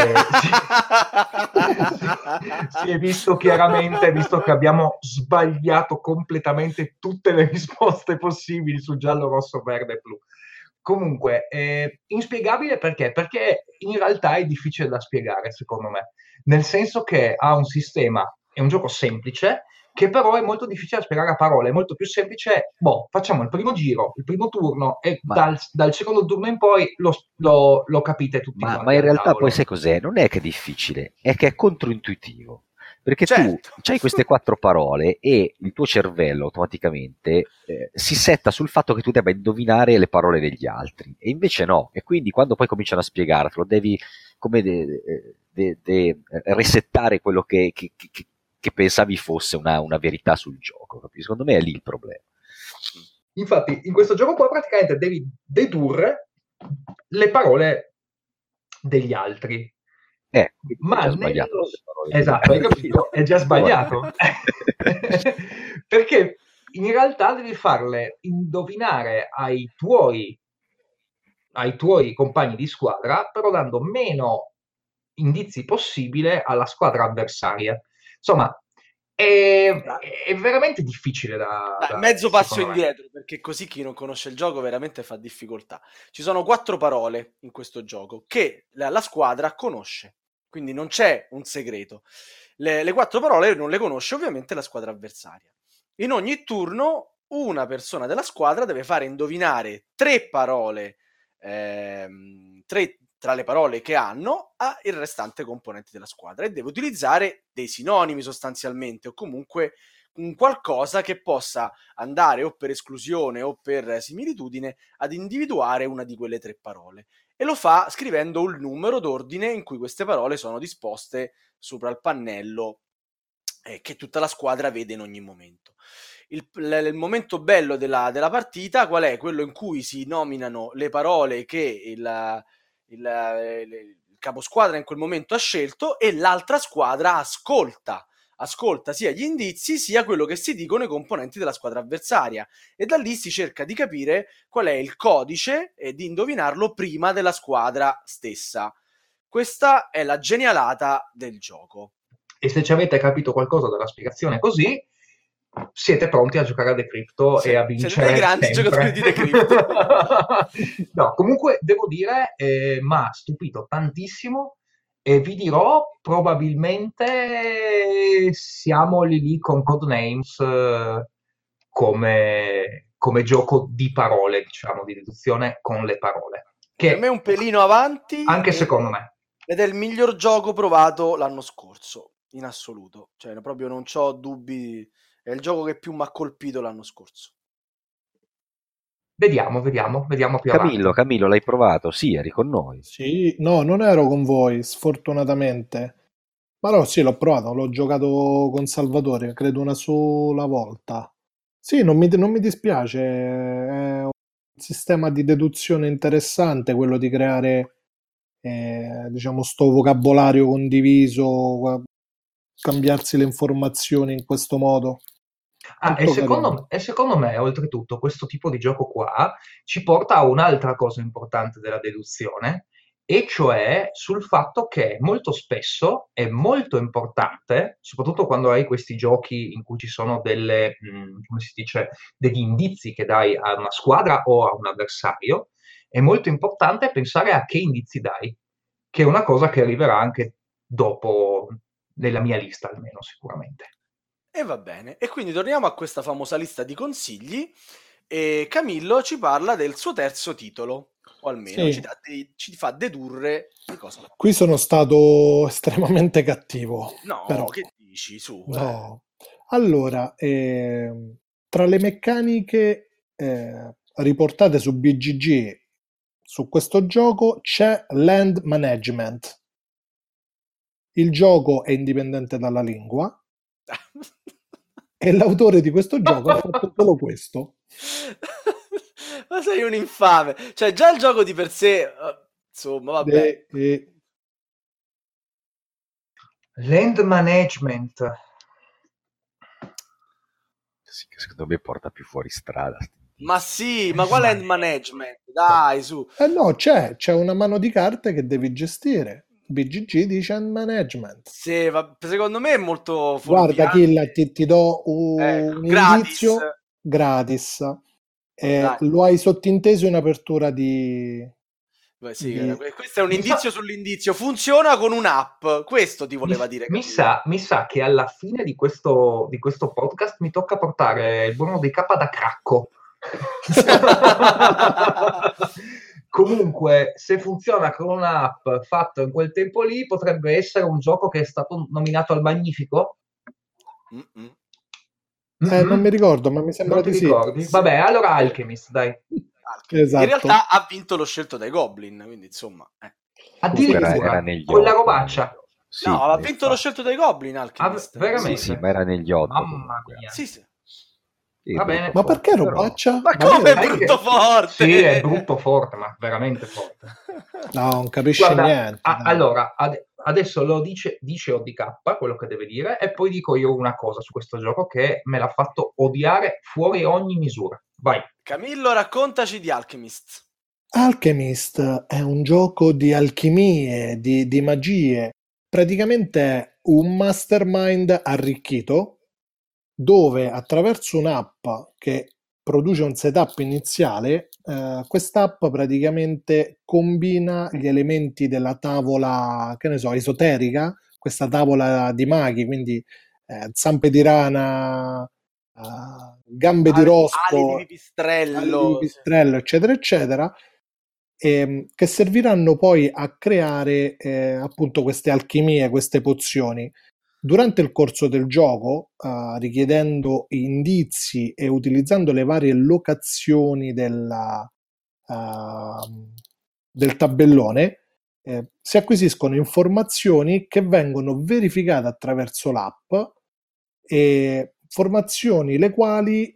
si è visto chiaramente, visto che abbiamo sbagliato completamente tutte le risposte possibili su giallo, rosso, verde e blu. Comunque, inspiegabile perché? Perché in realtà è difficile da spiegare, secondo me, nel senso che ha un sistema, è un gioco semplice, che però è molto difficile da spiegare a parole, è molto più semplice, facciamo il primo giro, il primo turno, e Ma, dal secondo turno in poi lo capite tutti ma quanti in al realtà tavolo. poi sai cos'è? Non è che è difficile, è che è controintuitivo. Perché Certo. tu hai queste 4 parole e il tuo cervello automaticamente si setta sul fatto che tu debba indovinare le parole degli altri. E invece no. E quindi quando poi cominciano a spiegartelo, devi come resettare quello che pensavi fosse una verità sul gioco. Capisci? Secondo me è lì il problema. Infatti, in questo gioco qua praticamente devi dedurre le parole degli altri. Quindi Ma hai già sbagliato le parole. esatto, hai capito? È già sbagliato. Perché in realtà devi farle indovinare ai tuoi compagni di squadra, però dando meno indizi possibile alla squadra avversaria. Insomma, è veramente difficile Mezzo passo secondo me. indietro, perché così chi non conosce il gioco veramente fa difficoltà. Ci sono 4 parole in questo gioco che la squadra conosce, quindi non c'è un segreto. Le 4 parole non le conosce ovviamente la squadra avversaria. In ogni turno una persona della squadra deve fare indovinare 3 parole, 3 tra le parole che hanno al restante componente della squadra, e deve utilizzare dei sinonimi sostanzialmente, o comunque un qualcosa che possa andare o per esclusione o per similitudine ad individuare una di quelle 3 parole, e lo fa scrivendo un numero d'ordine in cui queste parole sono disposte sopra il pannello che tutta la squadra vede in ogni momento. Il momento bello della partita qual è? Quello in cui si nominano le parole che il caposquadra in quel momento ha scelto, e l'altra squadra ascolta sia gli indizi sia quello che si dicono i componenti della squadra avversaria, e da lì si cerca di capire qual è il codice e di indovinarlo prima della squadra stessa. Questa è la genialata del gioco. E se ci avete capito qualcosa dalla spiegazione così, siete pronti a giocare a Decrypto Sì, e a siete vincere dei grandi sempre. giocatori di Decrypto. No, comunque devo dire, mi ha stupito tantissimo, e vi dirò, probabilmente siamo lì con Codenames come gioco di parole, diciamo, di deduzione con le parole. Per me è un pelino avanti, Anche secondo me. ed è il miglior gioco provato l'anno scorso, in assoluto. Cioè, proprio non c'ho dubbi, è il gioco che più mi ha colpito l'anno scorso. Vediamo più avanti. Camillo, l'hai provato? Sì, eri con noi. Sì, no, non ero con voi, sfortunatamente. Ma no, sì, l'ho provato, l'ho giocato con Salvatore, credo una sola volta. Sì, non mi dispiace, è un sistema di deduzione interessante quello di creare, diciamo, sto vocabolario condiviso, cambiarsi le informazioni in questo modo. E Molto carino. secondo me, oltretutto, questo tipo di gioco qua ci porta a un'altra cosa importante della deduzione, e cioè sul fatto che molto spesso è molto importante, soprattutto quando hai questi giochi in cui ci sono come si dice, degli indizi che dai a una squadra o a un avversario, è molto importante pensare a che indizi dai. che è una cosa che arriverà anche dopo, nella mia lista almeno, sicuramente. E va bene. E quindi torniamo a questa famosa lista di consigli e Camillo ci parla del suo terzo titolo, o almeno Sì. ci fa dedurre di cosa. Qui sono stato estremamente cattivo, No, però. che dici su? No. Allora, tra le meccaniche riportate su BGG su questo gioco c'è land management. Il gioco è indipendente dalla lingua e l'autore di questo gioco ha fatto solo questo. Ma sei un infame. Cioè, già il gioco di per sé, insomma, vabbè. Land management. Sì, che secondo me porta più fuori strada. Ma sì, ma qual è il management? Dai, su. No, c'è una mano di carte che devi gestire. BGG dice hand management. Sì, secondo me è molto Guarda, fuorviante. Kill, ti do un gratis. indizio gratis. Dai. Lo hai sottinteso in apertura di... Beh, sì, questo è un indizio sull'indizio. Funziona con un'app. Questo ti voleva dire. Mi sa che alla fine di questo podcast mi tocca portare il buono dei K da Cracco. Comunque, se funziona con un'app fatto in quel tempo lì, potrebbe essere un gioco che è stato nominato al Magnifico. Non mi ricordo, ma mi sembra non ti di ricordi? sì. Vabbè, allora Alchemist, dai. Esatto. In realtà ha vinto lo scelto dai Goblin, quindi insomma. Addirittura era negli con la otto. robaccia. Sì, no, ha vinto lo scelto dai Goblin Alchemist. Veramente? Sì, ma era negli 8. Mamma mia. Sì. Va bene. Ma perché robaccia? Ma come è brutto forte? Sì, è brutto forte, ma veramente forte. No, non capisci niente. Allora, adesso lo dice ODK, quello che deve dire, e poi dico io una cosa su questo gioco che me l'ha fatto odiare fuori ogni misura. Vai. Camillo, raccontaci di Alchemist. Alchemist è un gioco di alchimie, di magie, praticamente è un mastermind arricchito dove attraverso un'app che produce un setup iniziale, quest'app praticamente combina gli elementi della tavola, che ne so, esoterica, questa tavola di maghi, quindi zampe di rana, gambe di rospo, ali di pipistrello, eccetera, eccetera, che serviranno poi a creare appunto queste alchimie, queste pozioni. Durante il corso del gioco, richiedendo indizi e utilizzando le varie locazioni del tabellone, si acquisiscono informazioni che vengono verificate attraverso l'app, informazioni le quali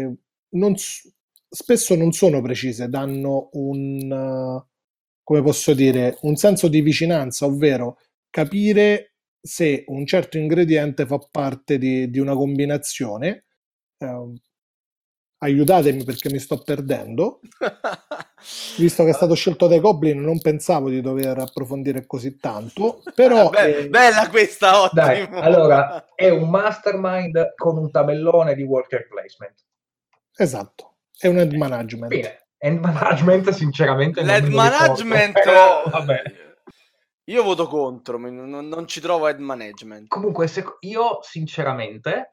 spesso non sono precise, danno come posso dire, un senso di vicinanza, ovvero capire se un certo ingrediente fa parte di una combinazione. Aiutatemi perché mi sto perdendo. Visto che è stato scelto dai Goblin, non pensavo di dover approfondire così tanto, però bella questa, ottimo. Dai, allora è un mastermind con un tabellone di worker placement. Esatto, è un hand management. Bene, hand management sinceramente l'hand management ricordo, però vabbè. Io voto contro, non ci trovo hand management. Comunque io sinceramente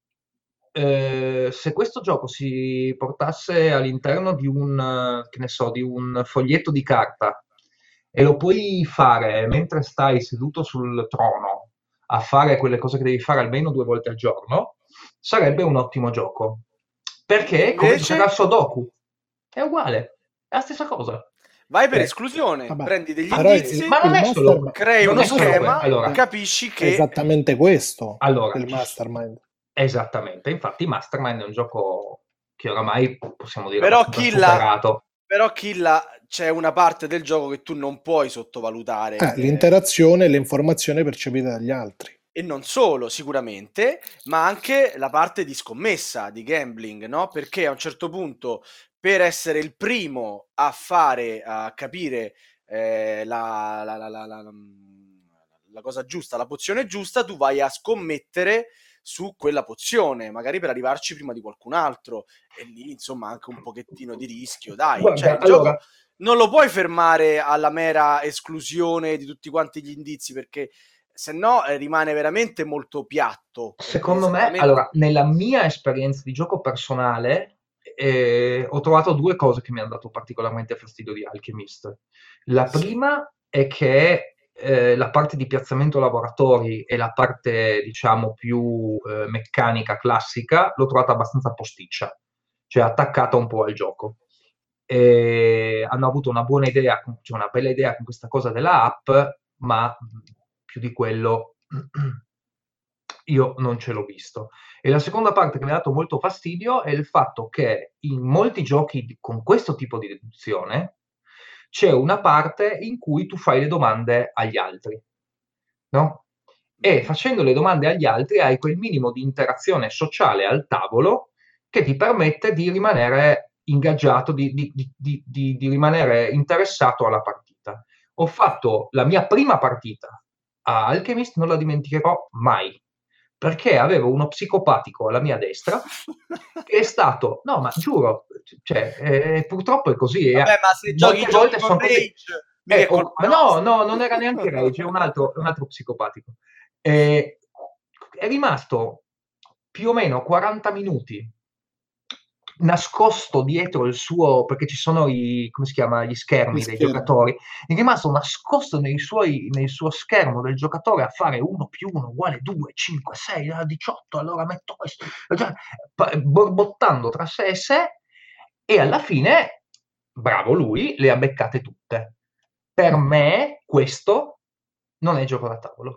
se questo gioco si portasse all'interno di che ne so, di un foglietto di carta e lo puoi fare mentre stai seduto sul trono a fare quelle cose che devi fare almeno 2 volte al giorno, sarebbe un ottimo gioco. Perché come giocare a Sudoku è uguale, è la stessa cosa. Vai per esclusione, vabbè, prendi degli però indizi, ma non è solo, crei non uno è solo schema, allora, capisci che è esattamente questo allora, il mastermind. Esattamente, infatti Mastermind è un gioco che oramai possiamo dire però superato. Però Killa, c'è una parte del gioco che tu non puoi sottovalutare. L'interazione e le informazioni percepite dagli altri. E non solo, sicuramente, ma anche la parte di scommessa, di gambling, no? Perché a un certo punto, per essere il primo a capire la cosa giusta, la pozione giusta, tu vai a scommettere su quella pozione, magari per arrivarci prima di qualcun altro, e lì insomma anche un pochettino di rischio, dai. Guarda, Cioè, il allora, gioco non lo puoi fermare alla mera esclusione di tutti quanti gli indizi, perché se no rimane veramente molto piatto. Perché secondo me, esattamente... allora, nella mia esperienza di gioco personale, ho trovato due cose che mi hanno dato particolarmente fastidio di Alchemist. La Sì. prima è che la parte di piazzamento lavoratori e la parte, diciamo, più meccanica, classica, l'ho trovata abbastanza posticcia, cioè attaccata un po' al gioco. E hanno avuto una buona idea, cioè una bella idea con questa cosa della app, ma più di quello io non ce l'ho visto. E la seconda parte che mi ha dato molto fastidio è il fatto che in molti giochi con questo tipo di deduzione c'è una parte in cui tu fai le domande agli altri, no? E facendo le domande agli altri hai quel minimo di interazione sociale al tavolo che ti permette di rimanere ingaggiato, di rimanere interessato alla partita. Ho fatto la mia prima partita a Alchemist, non la dimenticherò mai, perché avevo uno psicopatico alla mia destra che è stato, no, ma giuro, cioè, purtroppo è così. Vabbè, ma se Molte giochi volte con sono così. Rage, mica è colpa Ma no, nostra. no, non era neanche Rage, è un altro psicopatico. È rimasto più o meno 40 minuti nascosto dietro il suo, perché ci sono come si chiama, gli schermi dei giocatori, è rimasto nascosto nel suo schermo del giocatore a fare 1 più 1 uguale 2, 5, 6, 18, allora metto questo, cioè, borbottando tra sé e sé, e alla fine, bravo lui, le ha beccate tutte. Per me questo non è gioco da tavolo.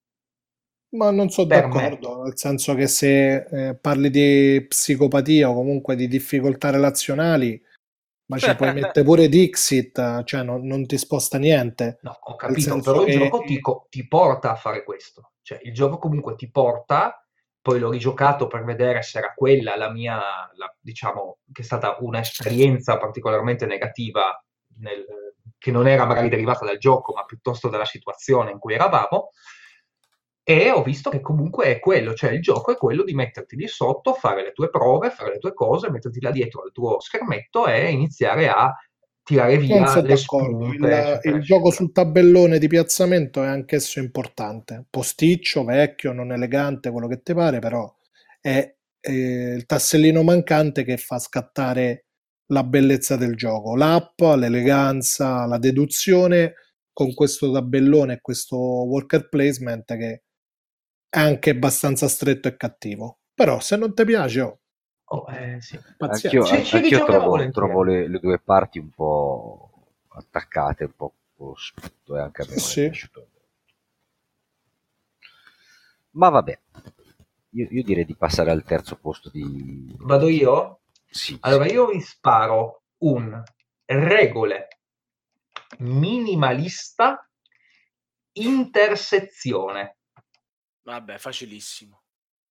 Ma non sono Per me. d'accordo, nel senso che se parli di psicopatia o comunque di difficoltà relazionali, ma ci puoi mettere pure Dixit, cioè non ti sposta niente. No, ho Nel capito, senso però il che gioco ti porta a fare questo. Cioè, il gioco comunque ti porta, poi l'ho rigiocato per vedere se era quella la mia, diciamo, che è stata un'esperienza particolarmente negativa, che non era magari derivata dal gioco, ma piuttosto dalla situazione in cui eravamo. E ho visto che comunque è quello, cioè il gioco è quello di metterti lì sotto, fare le tue prove, fare le tue cose, metterti là dietro al tuo schermetto e iniziare a tirare non via sono le d'accordo. spunte, eccetera, Il gioco eccetera. sul tabellone di piazzamento è anch'esso importante. Posticcio, vecchio, non elegante, quello che ti pare, però è il tassellino mancante che fa scattare la bellezza del gioco. L'app, l'eleganza, la deduzione con questo tabellone e questo worker placement che è anche abbastanza stretto e cattivo. Però se non ti piace, oh, Sì. Anch'io, pazienza. Ci anch'io rigiocherò trovo volentieri. le due parti un po' attaccate, un po' sputto, e anche a me non è Sì. piaciuto. Ma vabbè, io direi di passare al terzo posto di... Vado io? Sì, Allora, sì. io vi sparo un regole minimalista intersezione. Vabbè, facilissimo.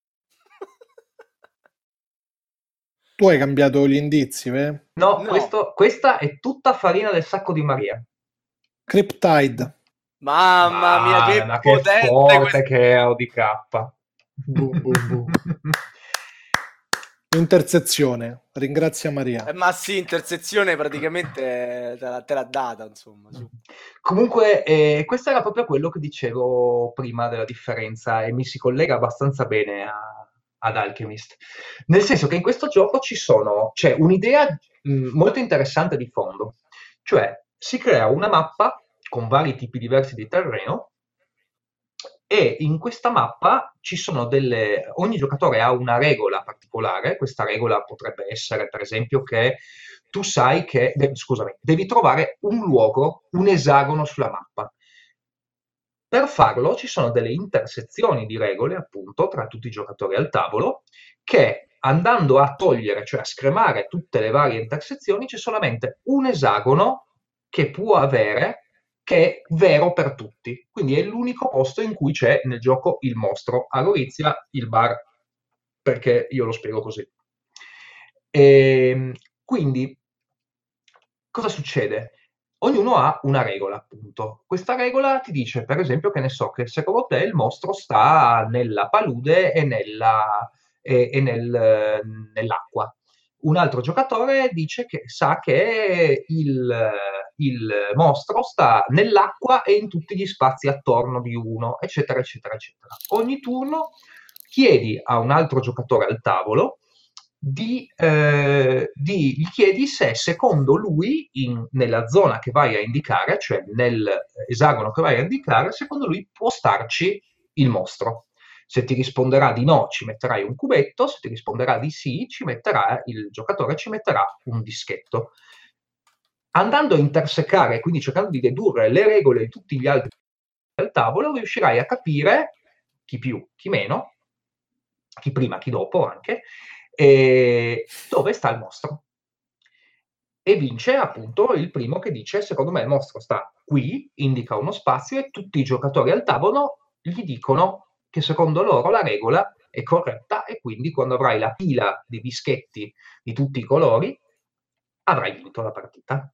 Tu hai cambiato gli indizi, No, No. questa è tutta farina del sacco di Maria. Cryptide. Mamma mia, che Ma che potente forte questo. che è ODK. Bu, bu, bu. Intersezione. Ringrazia Maria. Ma sì, intersezione praticamente te l'ha data, insomma. Su. Comunque, questo era proprio quello che dicevo prima della differenza e mi si collega abbastanza bene ad Alchemist. Nel senso che in questo gioco c'è un'idea molto interessante di fondo, cioè si crea una mappa con vari tipi diversi di terreno e in questa mappa ogni giocatore ha una regola particolare. Questa regola potrebbe essere, per esempio, che tu sai che, scusami, devi trovare un luogo, un esagono sulla mappa. Per farlo ci sono delle intersezioni di regole, appunto, tra tutti i giocatori al tavolo, che andando a togliere, cioè a scremare tutte le varie intersezioni, c'è solamente un esagono che può avere, che è vero per tutti. Quindi è l'unico posto in cui c'è nel gioco il mostro. A Gorizia il bar, perché io lo spiego così. Quindi, cosa succede? ognuno ha una regola, appunto. Questa regola ti dice, per esempio, che ne so, che secondo te il mostro sta nella palude e nell'acqua. Un altro giocatore dice che sa che il mostro sta nell'acqua e in tutti gli spazi attorno di uno, eccetera, eccetera, eccetera. Ogni turno chiedi a un altro giocatore al tavolo gli chiedi se secondo lui nella zona che vai a indicare, cioè nell'esagono che vai a indicare, secondo lui può starci il mostro. Se ti risponderà di no, ci metterai un cubetto; se ti risponderà di sì, il giocatore ci metterà un dischetto. Andando a intersecare, quindi cercando di dedurre le regole di tutti gli altri al tavolo, riuscirai a capire chi più, chi meno, chi prima, chi dopo anche, dove sta il mostro. E vince appunto il primo che dice: secondo me il mostro sta qui, indica uno spazio, e tutti i giocatori al tavolo gli dicono che secondo loro la regola è corretta, e quindi quando avrai la pila di dischetti di tutti i colori avrai vinto la partita.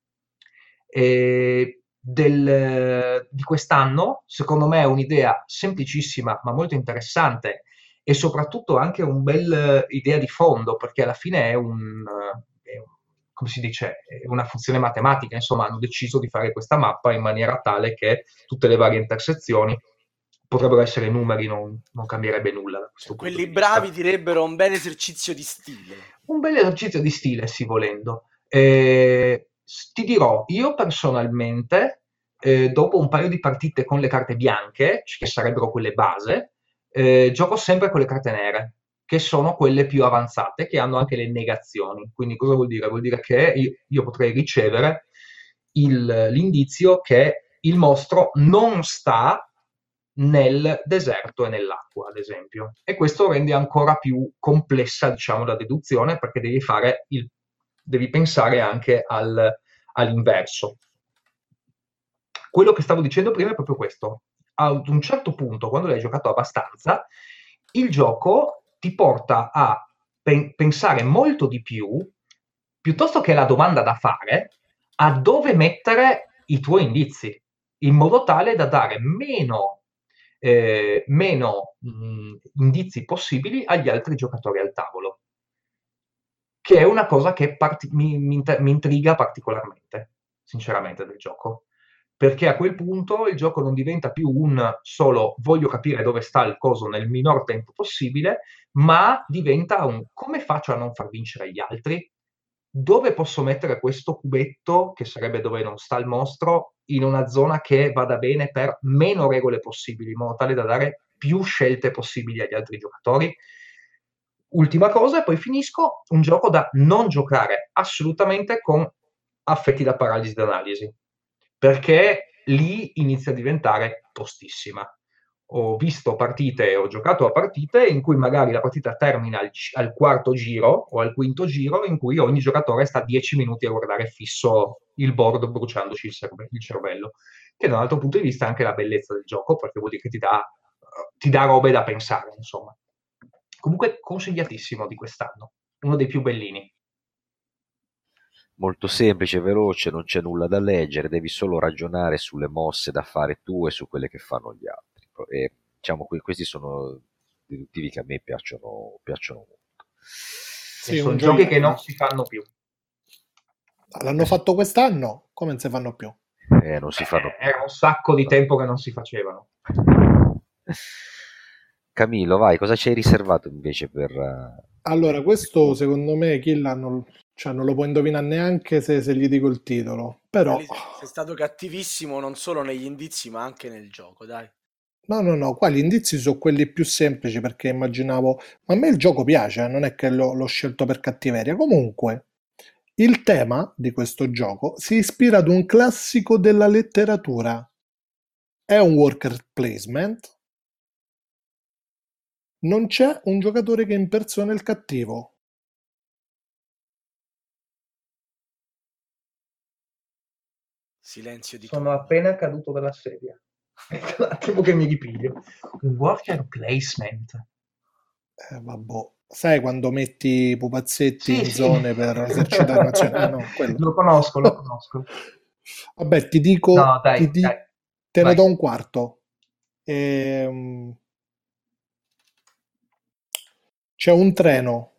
Di quest'anno, secondo me, è un'idea semplicissima ma molto interessante, e soprattutto anche un bel idea di fondo, perché alla fine come si dice, è una funzione matematica. Insomma, hanno deciso di fare questa mappa in maniera tale che tutte le varie intersezioni potrebbero essere numeri, non cambierebbe nulla da questo punto Quelli di vista. bravi direbbero un bel esercizio di stile. Un bel esercizio di stile, sì, volendo. Ti dirò, io personalmente, dopo un paio di partite con le carte bianche, che sarebbero quelle base, gioco sempre con le carte nere, che sono quelle più avanzate, che hanno anche le negazioni. Quindi cosa vuol dire? Vuol dire che io potrei ricevere l'indizio che il mostro non sta nel deserto e nell'acqua, ad esempio. E questo rende ancora più complessa, diciamo, la deduzione, perché devi pensare anche all'inverso. Quello che stavo dicendo prima è proprio questo. Ad un certo punto, quando l'hai giocato abbastanza, il gioco ti porta a pensare molto di più, piuttosto che la domanda da fare, a dove mettere i tuoi indizi, in modo tale da dare meno indizi possibili agli altri giocatori al tavolo, che è una cosa che mi intriga particolarmente, sinceramente, del gioco, perché a quel punto il gioco non diventa più un solo voglio capire dove sta il coso nel minor tempo possibile, ma diventa un come faccio a non far vincere gli altri? Dove posso mettere questo cubetto, che sarebbe dove non sta il mostro, in una zona che vada bene per meno regole possibili, in modo tale da dare più scelte possibili agli altri giocatori? Ultima cosa, e poi finisco: un gioco da non giocare assolutamente con affetti da paralisi d'analisi, perché lì inizia a diventare tostissima. Ho visto partite, ho giocato a partite in cui magari la partita termina al quarto giro o al quinto giro, in cui ogni giocatore sta 10 minuti a guardare fisso il board, bruciandoci il cervello, che da un altro punto di vista è anche la bellezza del gioco, perché vuol dire che ti dà robe da pensare, insomma. Comunque consigliatissimo di quest'anno, uno dei più bellini. Molto semplice, veloce, non c'è nulla da leggere, devi solo ragionare sulle mosse da fare tu e su quelle che fanno gli altri. E diciamo, questi sono deduttivi che a me piacciono molto. Sì, sono giochi che non si fanno più. L'hanno fatto quest'anno? Come non si fanno più? Non si fanno più. Era un sacco di tempo che non si facevano. Camillo, vai, cosa ci hai riservato invece per... Allora, questo secondo me Killa non lo può indovinare neanche se gli dico il titolo, però... Sei stato cattivissimo non solo negli indizi ma anche nel gioco, dai. No, qua gli indizi sono quelli più semplici, perché immaginavo... Ma a me il gioco piace, non è che l'ho scelto per cattiveria. Comunque, il tema di questo gioco si ispira ad un classico della letteratura. È un worker placement. Non c'è un giocatore che impersona il cattivo. Silenzio di Sono appena caduto dalla sedia. Un attimo che mi ripiglio. Un worker placement. Vabbè. Sai quando metti i pupazzetti Sì, in sì. zone per esercitare un'azione? No, quello. Lo conosco. Vabbè, ti dico, No, dai, dai, te ne vai. do un quarto. Ehm, C'è un treno.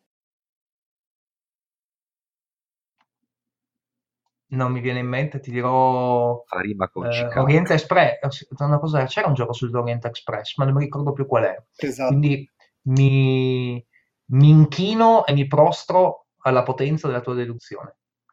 Non mi viene in mente, ti dirò Fa rima con Chicago. Oriente Express. C'era un gioco sull'Orient Express, ma non mi ricordo più qual è. Esatto. Quindi mi, mi inchino e mi prostro alla potenza della tua deduzione.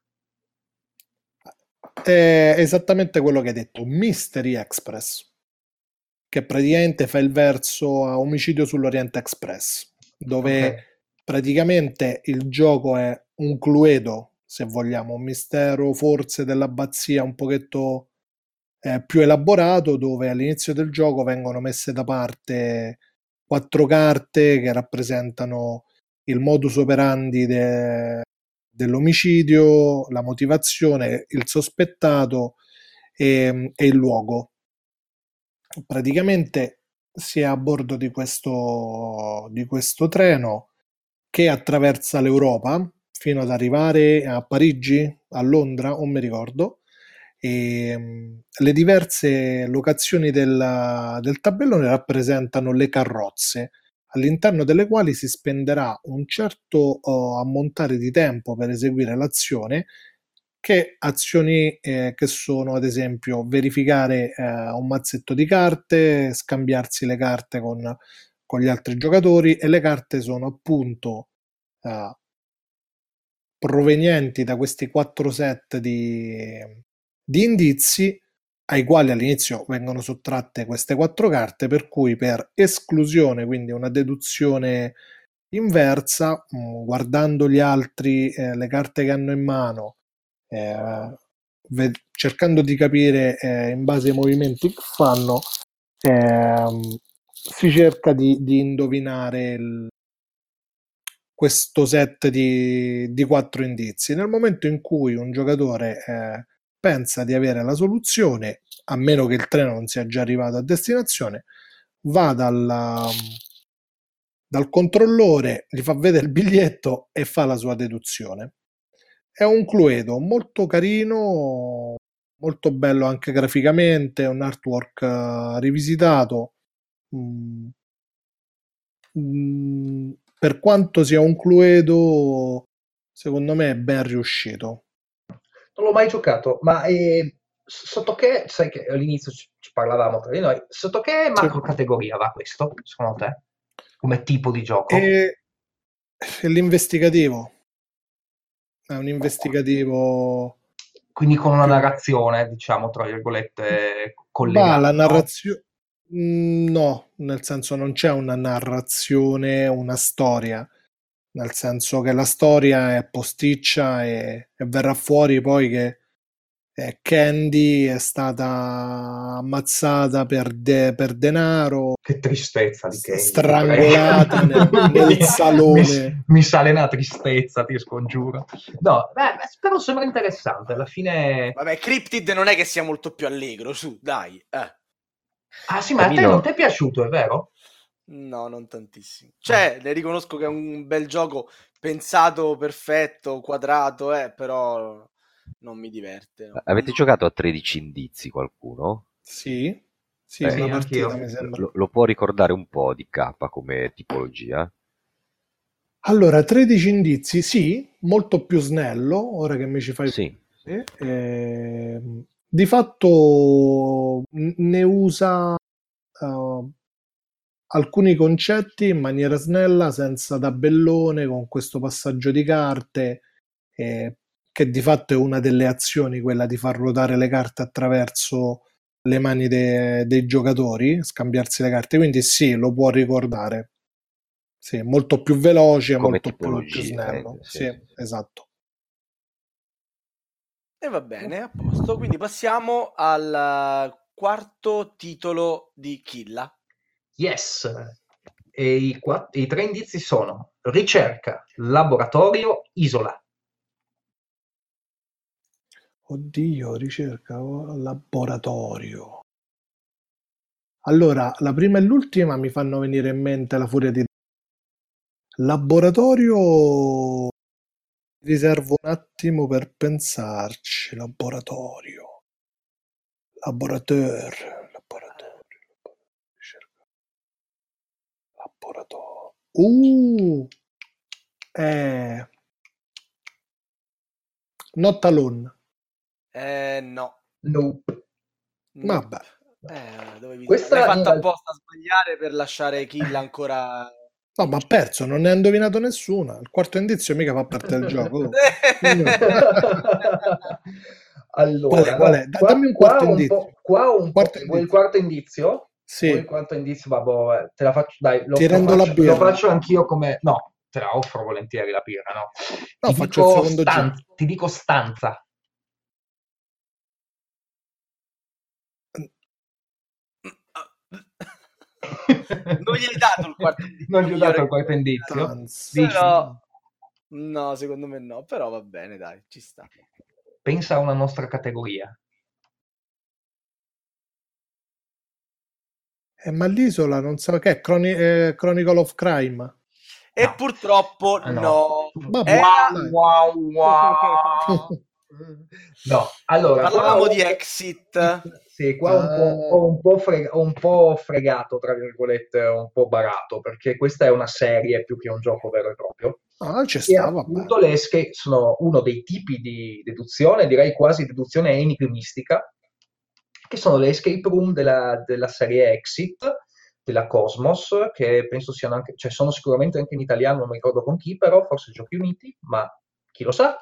È esattamente quello che hai detto, Mystery Express, che praticamente fa il verso a Omicidio sull'Oriente Express, Ok, dove praticamente il gioco è un cluedo, se vogliamo, un mistero forse dell'abbazia un pochetto più elaborato, dove all'inizio del gioco vengono messe da parte 4 carte che rappresentano il modus operandi dell'omicidio, la motivazione, il sospettato e il luogo. Praticamente si è a bordo di questo treno che attraversa l'Europa fino ad arrivare a Parigi, a Londra, non mi ricordo. E, le diverse locazioni del tabellone rappresentano le carrozze, all'interno delle quali si spenderà un certo ammontare di tempo per eseguire l'azione, che azioni che sono ad esempio verificare un mazzetto di carte, scambiarsi le carte con gli altri giocatori, e le carte sono appunto eh, provenienti da questi 4 set di indizi, ai quali all'inizio vengono sottratte queste 4 carte, per cui per esclusione, quindi una deduzione inversa, guardando gli altri, le carte che hanno in mano, cercando di capire in base ai movimenti che fanno, si cerca di indovinare questo set di 4 indizi. Nel momento in cui un giocatore pensa di avere la soluzione, a meno che il treno non sia già arrivato a destinazione, va dal controllore, gli fa vedere il biglietto e fa la sua deduzione. È un Cluedo molto carino, molto bello anche graficamente, un artwork rivisitato. Mm, per quanto sia un Cluedo, secondo me è ben riuscito. non l'ho mai giocato, ma sotto che, sai che all'inizio ci parlavamo tra di noi, sotto che Sì. macro categoria va questo, secondo te? Come tipo di gioco? E l'investigativo è un investigativo Quindi con una più. narrazione, diciamo, tra virgolette, Ma la collegata, no? narrazione. No, nel senso non c'è una narrazione, una storia, nel senso che la storia è posticcia e verrà fuori poi che Candy è stata ammazzata per denaro, Che tristezza di Kenny, ti prego. strangolata nel Mi, salone. mi sale una tristezza, ti scongiuro. No, beh, però sembra interessante. Alla fine. Vabbè, Cryptid non è che sia molto più allegro, su, dai. Ah, sì, ma a te non Camillo, ti è piaciuto, è vero? No, non tantissimo. Ah. Cioè, le riconosco che è un bel gioco pensato, perfetto, quadrato, però non mi diverte, no. avete giocato a 13 indizi qualcuno? Sì, sì, Sì, una Eh, partita anch'io. mi sembra. lo può ricordare un po' di K come tipologia? Allora, 13 indizi, sì, molto più snello, ora che mi ci fai Sì, sì. vedere. Di fatto ne usa alcuni concetti in maniera snella, senza tabellone, con questo passaggio di carte, eh, che di fatto è una delle azioni, quella di far ruotare le carte attraverso le mani dei giocatori, scambiarsi le carte, quindi sì, lo può ricordare. Sì, molto più veloce, Come molto più tipologia, snello. sì, Sì, sì, sì. esatto. E va bene, a posto. Quindi passiamo al quarto titolo di Killa. Yes. E i tre indizi sono ricerca, laboratorio, isola. Oddio, ricerca, laboratorio. Allora, la prima e l'ultima mi fanno venire in mente la furia di laboratorio. Riservo un attimo per pensarci. Laboratorio. Laboratoire. Not Alone. No. Nope. Vabbè. Dovevi Questa l'hai in fatta realtà- apposta a sbagliare per lasciare Kill ancora. No, ma ha perso, non ne ha indovinato nessuna. Il quarto indizio mica fa parte del gioco. Allora, Qual è? no, qua, Dammi un qua quarto un indizio. po', qua un po'. Quarto Vuoi il indizio. quarto indizio? Sì. Vuoi il quarto indizio? Vabbè, te la faccio, dai, Ti rendo la birra. lo faccio anch'io come. No, te la offro volentieri la birra, no? No, faccio il secondo giro. Ti dico stanza. Non gli hai dato il quarto indizio. Non gli ho dato il quarto indizio. Stanza. Dici, Però no, secondo me no, però va bene, dai, ci sta. pensa a una nostra categoria. Ma l'isola non so che è Chronicle of Crime. E No. purtroppo Ah, no. Vabbè, Era- dai. No, allora Parlavamo qua di Exit. Sì, qua ho un po' fregato, tra virgolette, un po' barato, perché questa è una serie più che un gioco vero e proprio. Ci E sta, vabbè. appunto le escape sono uno dei tipi di deduzione, direi quasi deduzione enigmistica, che sono le escape room della serie Exit, della Cosmos, che penso siano anche, cioè sono sicuramente anche in italiano, non mi ricordo con chi, però forse Giochi Uniti, ma chi lo sa.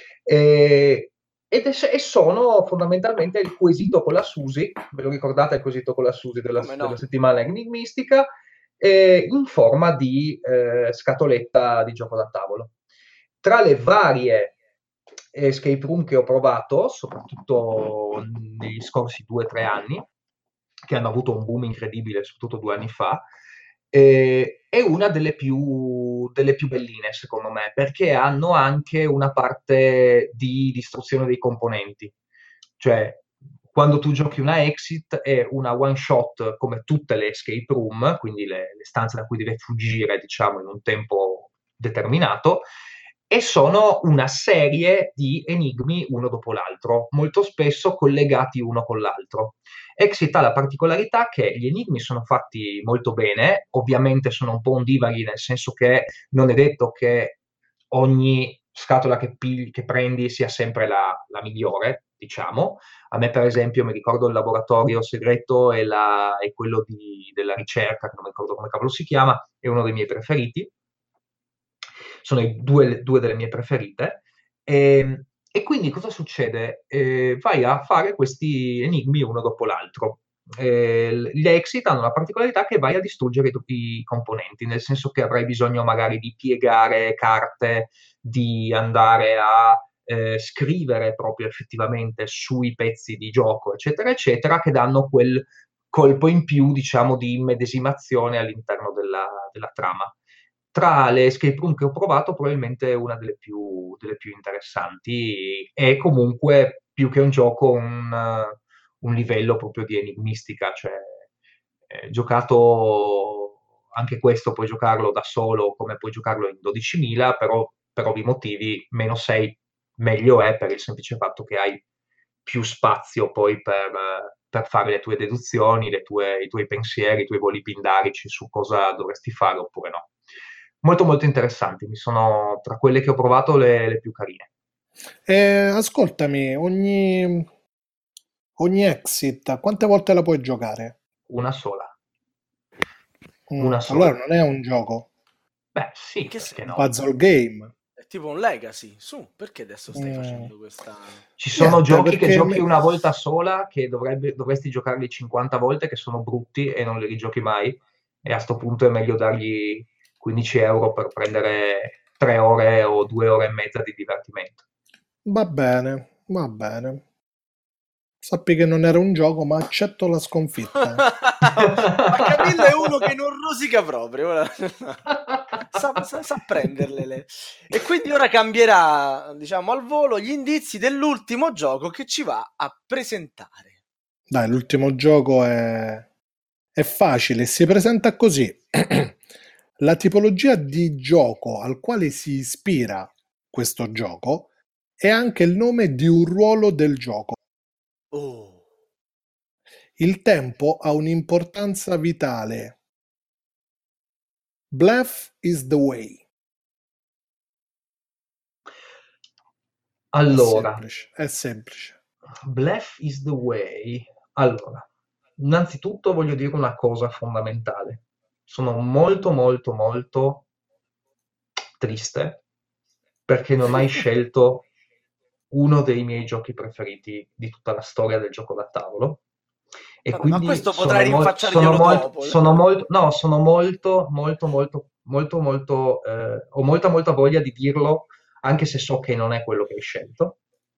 E sono fondamentalmente il quesito con la Susi, ve lo ricordate il quesito con la Susi della Come no? settimana enigmistica, in forma di scatoletta di gioco da tavolo. Tra le varie escape room che ho provato, soprattutto negli scorsi 2 o 3 anni, che hanno avuto un boom incredibile, soprattutto 2 anni fa, è una delle più belline, secondo me, perché hanno anche una parte di distruzione dei componenti. Cioè, quando tu giochi una Exit è una one shot come tutte le escape room, quindi le stanze da cui devi fuggire, diciamo, in un tempo determinato, e sono una serie di enigmi uno dopo l'altro, molto spesso collegati uno con l'altro. Exit ha la particolarità che gli enigmi sono fatti molto bene, ovviamente sono un po' ondivaghi, nel senso che non è detto che ogni scatola che prendi sia sempre la migliore, diciamo. A me, per esempio, mi ricordo il laboratorio segreto e quello della ricerca, che non mi ricordo come cavolo si chiama, è uno dei miei preferiti. Sono due delle mie preferite. E quindi cosa succede? Vai a fare questi enigmi uno dopo l'altro. Gli exit hanno la particolarità che vai a distruggere tutti i componenti, nel senso che avrai bisogno magari di piegare carte, di andare a scrivere proprio effettivamente sui pezzi di gioco, eccetera, eccetera, che danno quel colpo in più, diciamo, di immedesimazione all'interno della trama. Tra le escape room che ho provato, probabilmente è una delle più interessanti, e comunque più che un gioco un livello proprio di enigmistica, cioè giocato anche questo, puoi giocarlo da solo come puoi giocarlo in 12.000, però per ovvi motivi meno 6 meglio è, per il semplice fatto che hai più spazio poi per fare le tue deduzioni, i tuoi pensieri, i tuoi voli pindarici su cosa dovresti fare oppure no. Molto molto interessanti, mi sono tra quelle che ho provato le più carine. Ascoltami, ogni exit, quante volte la puoi giocare? Una sola. Una sola. Allora non è un gioco, Beh, sì, Che perché senso? no? puzzle game. È tipo un legacy. Su, perché adesso stai facendo questa. Ci sono Niente, giochi che perché giochi una volta sola, che dovresti giocarli 50 volte, che sono brutti e non li rigiochi mai, e a sto punto è meglio dargli 15 euro per prendere 3 ore o 2 ore e mezza di divertimento. Va bene, va bene. Sappi che non era un gioco, ma accetto la sconfitta. Ma Camillo è uno che non rosica proprio. Sa prenderle. E quindi ora cambierà, diciamo, al volo gli indizi dell'ultimo gioco che ci va a presentare. Dai, l'ultimo gioco è facile, si presenta così. La tipologia di gioco al quale si ispira questo gioco è anche il nome di un ruolo del gioco. Oh. Il tempo ha un'importanza vitale. Bluff is the way. Allora, È semplice. Bluff is the way. Allora, innanzitutto voglio dire una cosa fondamentale. Sono molto, molto, molto triste perché non hai scelto uno dei miei giochi preferiti di tutta la storia del gioco da tavolo. E Vabbè, ma quindi questo potrai rinfacciarglielo dopo. sono molto, ho molta voglia di dirlo, anche se so che non è quello che hai scelto.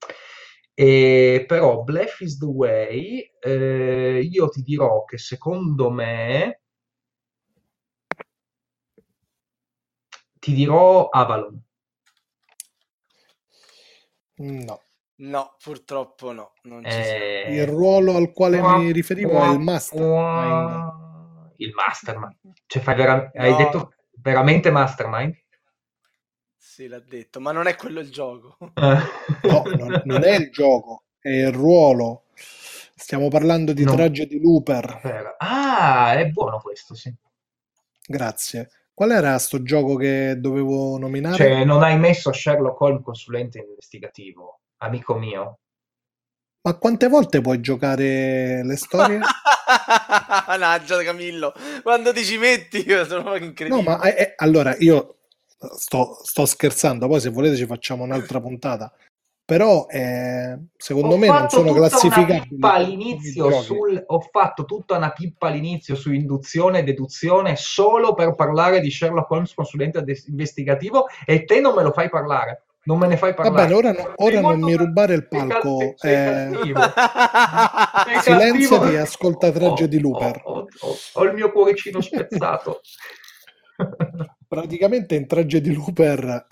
Però Bluff is the way, io ti dirò che secondo me ti dirò Avalon. No. No, purtroppo no, non ci siamo. Il ruolo al quale mi riferivo è il Mastermind. Il Mastermind. Cioè, hai No. detto veramente Mastermind? Sì, l'ha detto, ma non è quello il gioco. No, non è il gioco, è il ruolo. Stiamo parlando di No. Tragedy Looper. Ah, è buono questo, sì. Grazie. Qual era sto gioco che dovevo nominare? Cioè, non hai messo Sherlock Holmes consulente investigativo, amico mio. Ma quante volte puoi giocare le storie? Mannaggia Camillo, quando ti ci metti sono incredibile. No, ma allora io sto scherzando, poi se volete ci facciamo un'altra puntata. Però secondo me non sono classificabili Ho fatto tutta una pippa all'inizio su induzione e deduzione solo per parlare di Sherlock Holmes consulente investigativo e te non me lo fai parlare. Non me ne fai Va parlare. bene, ora non mi rubare il palco. Silenziati e ascolta Tragedy Looper. Ho il mio cuoricino spezzato. Praticamente in Tragedy Looper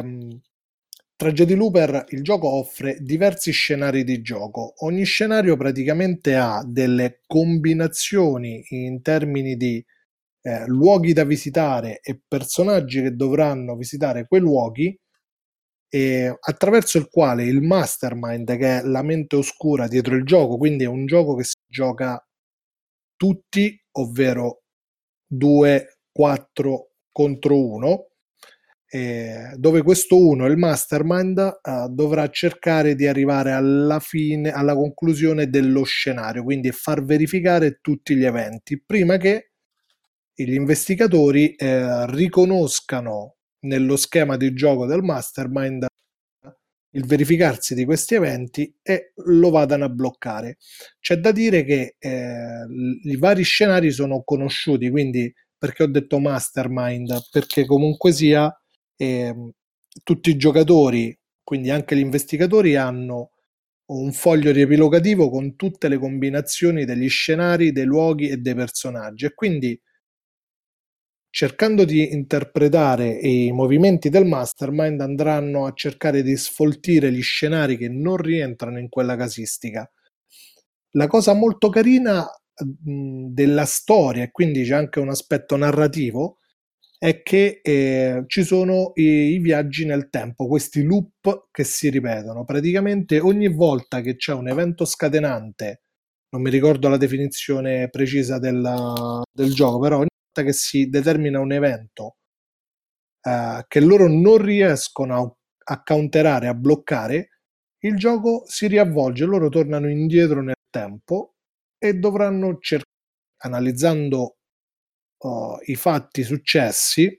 il gioco offre diversi scenari di gioco. Ogni scenario praticamente ha delle combinazioni in termini di luoghi da visitare e personaggi che dovranno visitare quei luoghi, attraverso il quale il mastermind, che è la mente oscura dietro il gioco, quindi è un gioco che si gioca tutti, ovvero 2, 4 contro 1, dove questo uno, il mastermind, dovrà cercare di arrivare alla fine, alla conclusione dello scenario, quindi far verificare tutti gli eventi prima che gli investigatori riconoscano nello schema di gioco del mastermind il verificarsi di questi eventi e lo vadano a bloccare. C'è da dire che i vari scenari sono conosciuti, quindi perché ho detto mastermind? Perché comunque sia tutti i giocatori, quindi anche gli investigatori, hanno un foglio riepilogativo con tutte le combinazioni degli scenari, dei luoghi e dei personaggi, e quindi cercando di interpretare i movimenti del mastermind andranno a cercare di sfoltire gli scenari che non rientrano in quella casistica. La cosa molto carina della storia, e quindi c'è anche un aspetto narrativo, è che ci sono i viaggi nel tempo, questi loop che si ripetono. Praticamente ogni volta che c'è un evento scatenante, non mi ricordo la definizione precisa del gioco, però ogni volta che si determina un evento che loro non riescono a counterare, a bloccare, il gioco si riavvolge, loro tornano indietro nel tempo e dovranno cercare, analizzando i fatti successi,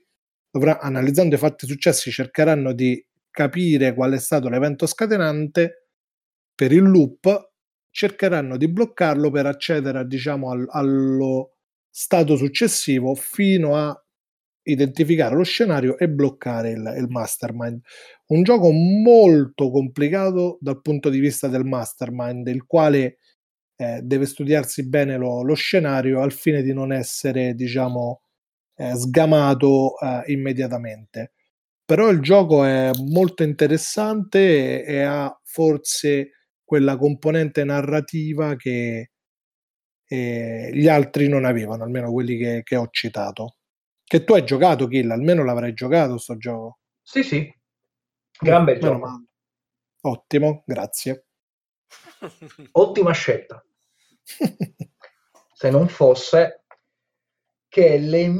cercheranno di capire qual è stato l'evento scatenante per il loop, cercheranno di bloccarlo per accedere, diciamo, allo stato successivo fino a identificare lo scenario e bloccare il mastermind. Un gioco molto complicato dal punto di vista del mastermind, il quale deve studiarsi bene lo scenario al fine di non essere, diciamo, sgamato immediatamente. Però il gioco è molto interessante e ha forse quella componente narrativa che gli altri non avevano, almeno quelli che ho citato. Che tu hai giocato, Kill, almeno l'avrai giocato sto gioco. Sì, gran bel gioco. Male. Ottimo, grazie. Ottima scelta. se non fosse che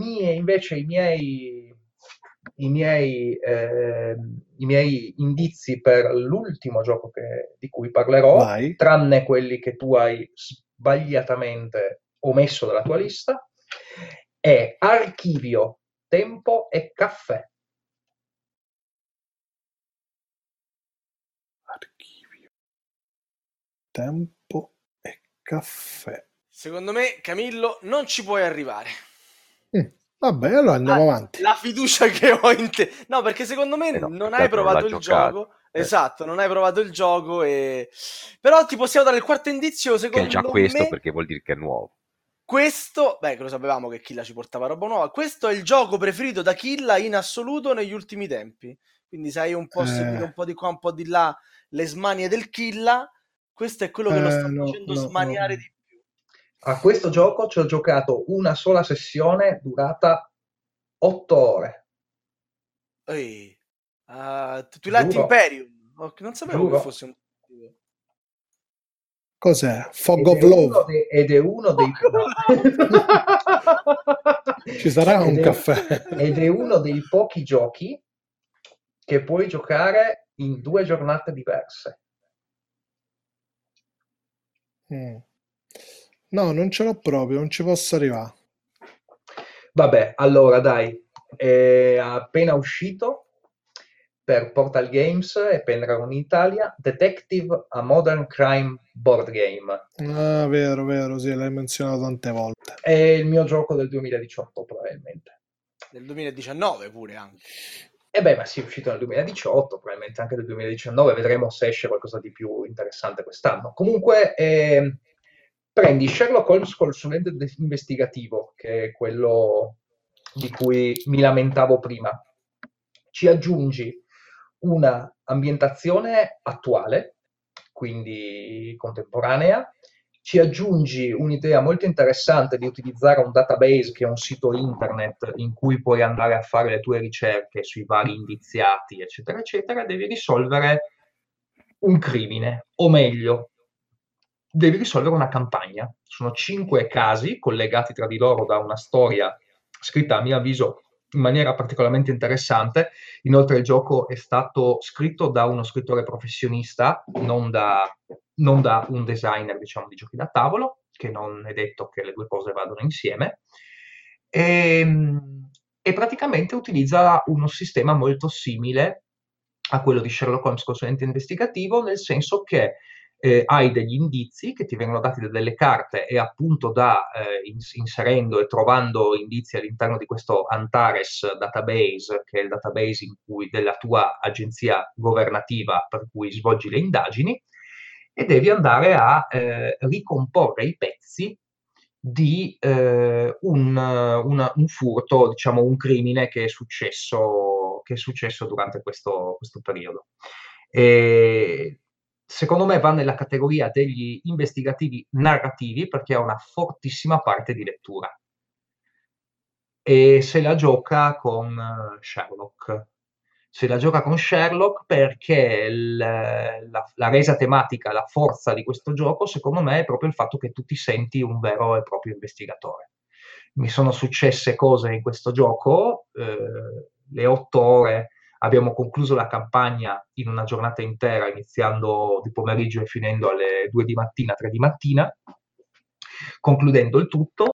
i miei indizi per l'ultimo gioco di cui parlerò, Vai. tranne quelli che tu hai sbagliatamente omesso dalla tua lista, è Archivio, Tempo e Caffè. Archivio, Tempo e Caffè. Secondo me, Camillo, non ci puoi arrivare. Vabbè, allora andiamo avanti. La fiducia che ho in te. No, perché secondo me no, non peccato hai non provato l'ha il giocato. gioco. Esatto, non hai provato il gioco però ti possiamo dare il quarto indizio, Che secondo è già questo, me. perché vuol dire che è nuovo. Questo, beh, che lo sapevamo che Killa ci portava roba nuova. Questo è il gioco preferito da Killa in assoluto negli ultimi tempi. Quindi se hai un po' seguito un po' di qua, un po' di là le smanie del Killa, questo è quello che lo sta facendo smaniare di più. A questo gioco ci ho giocato una sola sessione durata 8 ore. Ehi, Twilight Giuro. Imperium. Non sapevo Giuro. che fosse un... Cos'è? Fog of Love? Ed è uno dei... Ci sarà un caffè. Ed è uno dei pochi giochi che puoi giocare in 2 giornate diverse. No, non ce l'ho proprio, non ci posso arrivare. Vabbè, allora dai, è appena uscito per Portal Games e Pendragon in Italia, Detective a Modern Crime Board Game. Ah, vero, sì, l'hai menzionato tante volte. È il mio gioco del 2018 probabilmente. Del 2019 pure anche. E beh, ma sì, è uscito nel 2018, probabilmente anche del 2019, vedremo se esce qualcosa di più interessante quest'anno. Comunque, prendi Sherlock Holmes col studente investigativo, che è quello di cui mi lamentavo prima. Ci aggiungi una ambientazione attuale, quindi contemporanea, ci aggiungi un'idea molto interessante di utilizzare un database che è un sito internet in cui puoi andare a fare le tue ricerche sui vari indiziati, eccetera, eccetera, devi risolvere un crimine, o meglio, devi risolvere una campagna. Sono 5 casi collegati tra di loro da una storia scritta, a mio avviso, in maniera particolarmente interessante. Inoltre il gioco è stato scritto da uno scrittore professionista, non da un designer, diciamo, di giochi da tavolo, che non è detto che le due cose vadano insieme, e praticamente utilizza uno sistema molto simile a quello di Sherlock Holmes consulente investigativo, nel senso che hai degli indizi che ti vengono dati da delle carte e appunto inserendo e trovando indizi all'interno di questo Antares database, che è il database della tua agenzia governativa per cui svolgi le indagini, e devi andare a ricomporre i pezzi di un furto, diciamo un crimine che è successo durante questo periodo. E secondo me va nella categoria degli investigativi narrativi perché ha una fortissima parte di lettura e se la gioca con Sherlock. Se la gioca con Sherlock perché la resa tematica, la forza di questo gioco, secondo me, è proprio il fatto che tu ti senti un vero e proprio investigatore. Mi sono successe cose in questo gioco, le 8 ore abbiamo concluso la campagna in una giornata intera, iniziando di pomeriggio e finendo alle 2 di mattina, 3 di mattina, concludendo il tutto,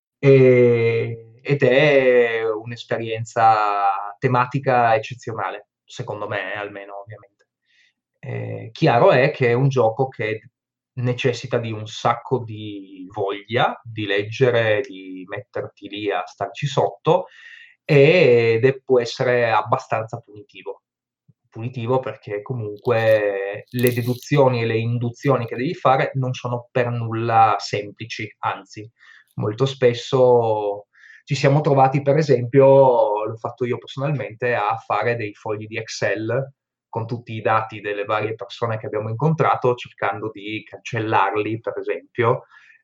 ed è un'esperienza tematica eccezionale, secondo me, almeno, ovviamente. Chiaro è che è un gioco che necessita di un sacco di voglia, di leggere, di metterti lì a starci sotto, ed può essere abbastanza punitivo. Punitivo perché comunque le deduzioni e le induzioni che devi fare non sono per nulla semplici, anzi, molto spesso ci siamo trovati, per esempio, l'ho fatto io personalmente, a fare dei fogli di Excel con tutti i dati delle varie persone che abbiamo incontrato, cercando di cancellarli, per esempio.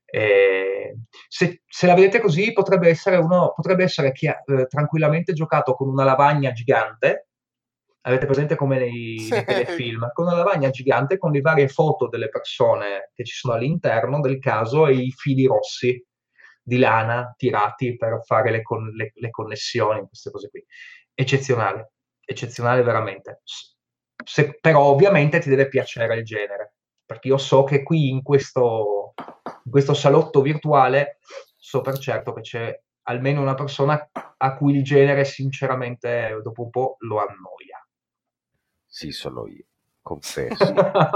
Se la vedete così, potrebbe essere tranquillamente giocato con una lavagna gigante. Avete presente come nei telefilm? Con una lavagna gigante con le varie foto delle persone che ci sono all'interno del caso e i fili rossi di lana tirati per fare le connessioni, queste cose qui. Eccezionale, eccezionale veramente. Però ovviamente ti deve piacere il genere, perché io so che qui in questo salotto virtuale so per certo che c'è almeno una persona a cui il genere sinceramente dopo un po' lo annoia. Sì, sono io, confesso.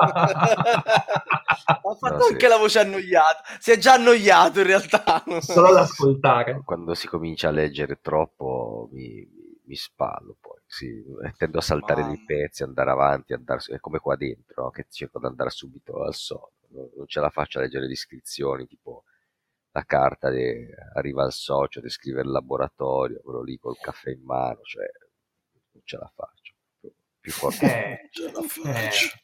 Ha fatto anche la voce annoiata. Si è già annoiato in realtà. Solo ad ascoltare. Quando si comincia a leggere troppo mi spallo poi. Sì, tendo a saltare dei pezzi, andare avanti, è come qua dentro, no? Che cerco di andare subito al sodo. Non ce la faccio a leggere le descrizioni, tipo la carta arriva al socio, descrive il laboratorio, quello lì col caffè in mano, cioè non ce la faccio. Più forte. Ce la faccio.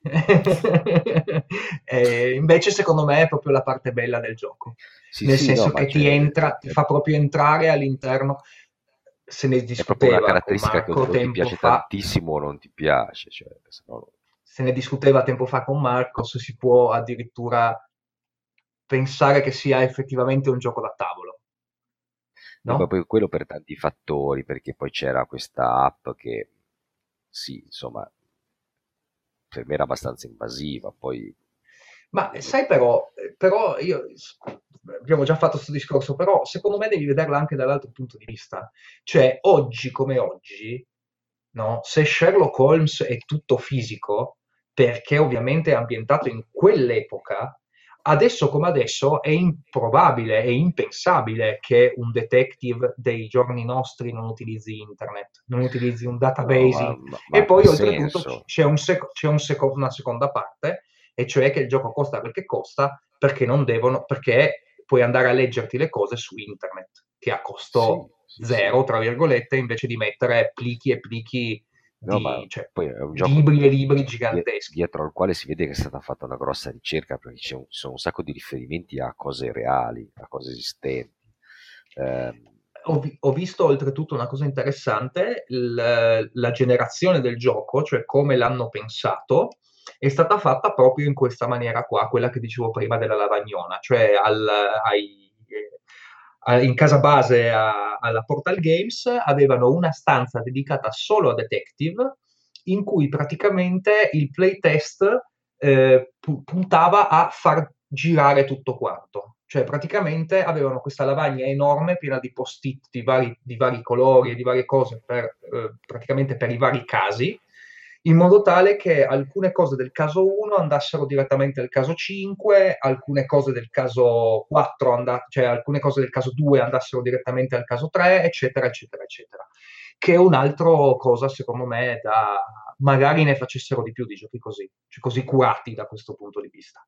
Invece secondo me è proprio la parte bella del gioco, Sì, nel sì, senso no, ma che ti fa proprio entrare all'interno. Se ne è proprio una discuteva con caratteristica che Marco o ti tempo piace fa, tantissimo o non ti piace, cioè, se no se ne discuteva tempo fa con Marco se si può addirittura pensare che sia effettivamente un gioco da tavolo, no, ma no? poi quello per tanti fattori, perché poi c'era questa app che, sì, insomma, per me era abbastanza invasiva, poi Ma sai però abbiamo già fatto questo discorso, però secondo me devi vederla anche dall'altro punto di vista. Cioè, oggi come oggi, no? Se Sherlock Holmes è tutto fisico, perché ovviamente è ambientato in quell'epoca, adesso come adesso è improbabile, è impensabile che un detective dei giorni nostri non utilizzi internet, non utilizzi un no, database. ma E poi ha oltretutto senso. c'è una seconda parte, e cioè che il gioco costa quel che costa perché puoi andare a leggerti le cose su internet, che a Sì, costo sì, sì. zero, tra virgolette, invece di mettere plichi e plichi No, ma cioè, poi è un gioco libri e libri giganteschi. dietro al quale si vede che è stata fatta una grossa ricerca, perché ci sono un sacco di riferimenti a cose reali, a cose esistenti. Ho visto oltretutto una cosa interessante, la generazione del gioco, cioè come l'hanno pensato, è stata fatta proprio in questa maniera qua, quella che dicevo prima della lavagnona, cioè in casa base alla Portal Games avevano una stanza dedicata solo a Detective, in cui praticamente il playtest puntava a far girare tutto quanto. Cioè praticamente avevano questa lavagna enorme piena di post-it di vari colori e di varie cose praticamente per i vari casi, in modo tale che alcune cose del caso 1 andassero direttamente al caso 5, alcune cose del caso 4, cioè alcune cose del caso 2 andassero direttamente al caso 3, eccetera, eccetera, eccetera. Che è un'altra cosa, secondo me, magari ne facessero di più di giochi così, cioè così curati da questo punto di vista.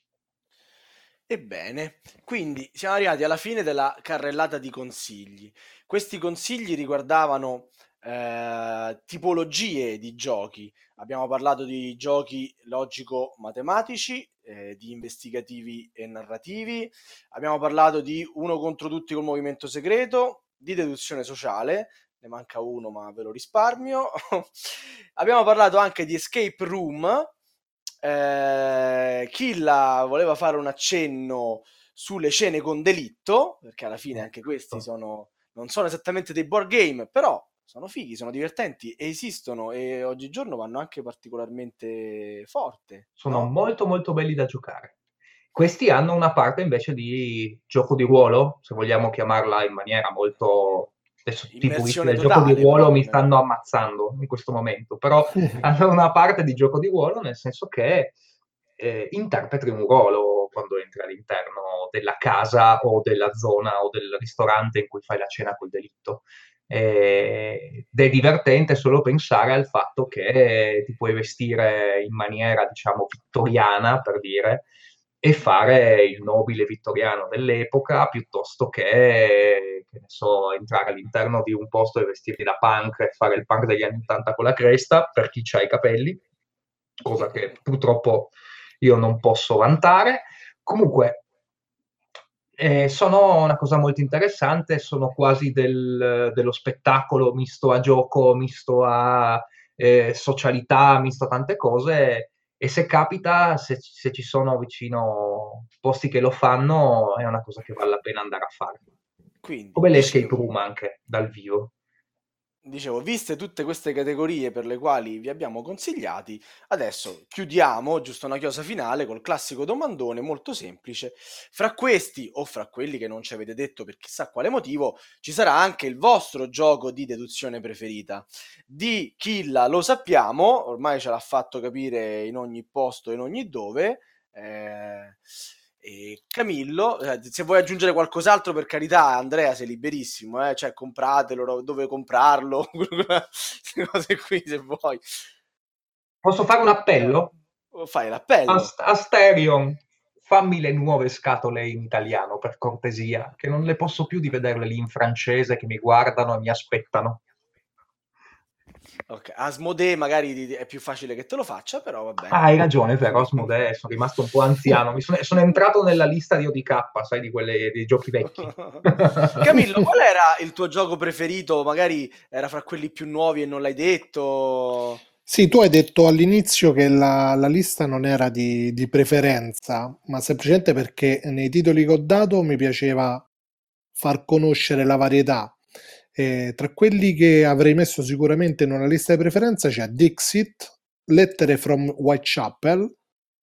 Ebbene, quindi siamo arrivati alla fine della carrellata di consigli. Questi consigli riguardavano tipologie di giochi. Abbiamo parlato di giochi logico-matematici, di investigativi e narrativi. Abbiamo parlato di uno contro tutti col movimento segreto, di deduzione sociale. Ne manca uno, ma ve lo risparmio. Abbiamo parlato anche di escape room. Killa voleva fare un accenno sulle scene con delitto, perché alla fine anche questi non sono esattamente dei board game, però sono fighi, sono divertenti, esistono e oggigiorno vanno anche particolarmente forte. Sono No? molto molto belli da giocare. Questi hanno una parte invece di gioco di ruolo, se vogliamo chiamarla in maniera molto... Adesso i puristi Immersione del gioco di totale ruolo mi proprio. stanno ammazzando in questo momento, però hanno una parte di gioco di ruolo nel senso che interpreti un ruolo quando entri all'interno della casa o della zona o del ristorante in cui fai la cena col delitto. Ed è divertente solo pensare al fatto che ti puoi vestire in maniera, diciamo, vittoriana, per dire, e fare il nobile vittoriano dell'epoca, piuttosto che ne so, entrare all'interno di un posto e vestirti da punk e fare il punk degli anni 80 con la cresta, per chi ha i capelli, cosa che purtroppo io non posso vantare. Comunque, sono una cosa molto interessante, sono quasi dello spettacolo misto a gioco, misto a socialità, misto a tante cose, e se capita, se ci sono vicino sono posti che lo fanno, è una cosa che vale la pena andare a fare. Quindi, Come l'escape room anche, dal vivo. Dicevo, viste tutte queste categorie per le quali vi abbiamo consigliati, adesso chiudiamo, giusto una chiosa finale, col classico domandone molto semplice. Fra questi, o fra quelli che non ci avete detto per chissà quale motivo, ci sarà anche il vostro gioco di deduzione preferita. Di Killa lo sappiamo, ormai ce l'ha fatto capire in ogni posto e in ogni dove. E Camillo, se vuoi aggiungere qualcos'altro, per carità, Andrea, sei liberissimo, cioè compratelo, dove comprarlo, queste cose qui se vuoi. Posso fare un appello? Fai l'appello. Asterion, fammi le nuove scatole in italiano, per cortesia, che non le posso più di vederle lì in francese, che mi guardano e mi aspettano. Ok, Asmodee magari è più facile che te lo faccia, però va bene. Ah, hai ragione, è vero, Asmodee, sono rimasto un po' anziano, sono entrato nella lista di ODK, sai, dei giochi vecchi. Camillo, qual era il tuo gioco preferito? Magari era fra quelli più nuovi e non l'hai detto. Sì, tu hai detto all'inizio che la lista non era di preferenza, ma semplicemente perché nei titoli che ho dato mi piaceva far conoscere la varietà. Tra quelli che avrei messo sicuramente in una lista di preferenza c'è Dixit, Lettere from Whitechapel,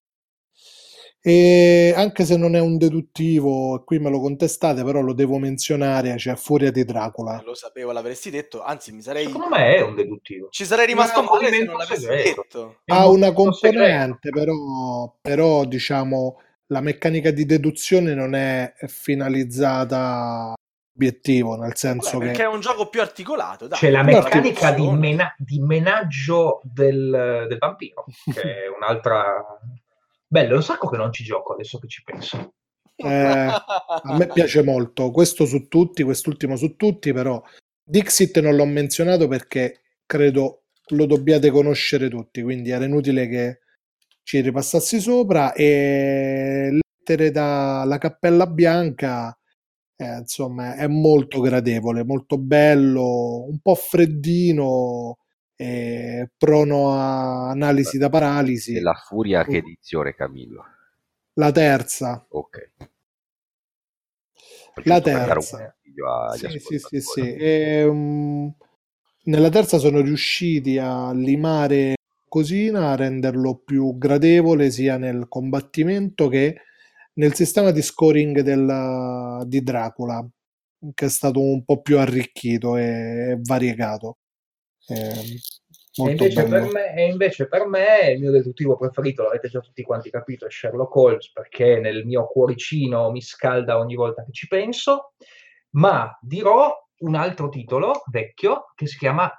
e anche se non è un deduttivo, qui me lo contestate, però lo devo menzionare, c'è Furia di Dracula. Lo sapevo, l'avresti detto, anzi Secondo me è un deduttivo. ci sarei rimasto È un male se non movimento l'avessi segreto. detto. È un Ha una movimento segreto. componente, però diciamo la meccanica di deduzione non è finalizzata a obiettivo, nel senso Vabbè, perché che è un gioco più articolato, dai. C'è la Però meccanica di, deduzione. di menaggio del vampiro, che è un'altra... Bello, è un sacco che non ci gioco adesso che ci penso. a me piace molto, questo su tutti, quest'ultimo su tutti, però Dixit non l'ho menzionato perché credo lo dobbiate conoscere tutti, quindi era inutile che ci ripassassi sopra. E Lettere dalla Cappella Bianca, insomma, è molto gradevole, molto bello, un po' freddino, prono a analisi da paralisi. Della Furia che edizione, Camillo? La terza. Ok. La Giusto per dare un terza. consiglio agli Sì, ascoltatori. sì. Nella terza sono riusciti a limare cosina, a renderlo più gradevole sia nel combattimento che nel sistema di scoring di Dracula, che è stato un po' più arricchito e variegato. Molto bello. E invece per me il mio deduttivo preferito, l'avete già tutti quanti capito, è Sherlock Holmes, perché nel mio cuoricino mi scalda ogni volta che ci penso, ma dirò un altro titolo vecchio che si chiama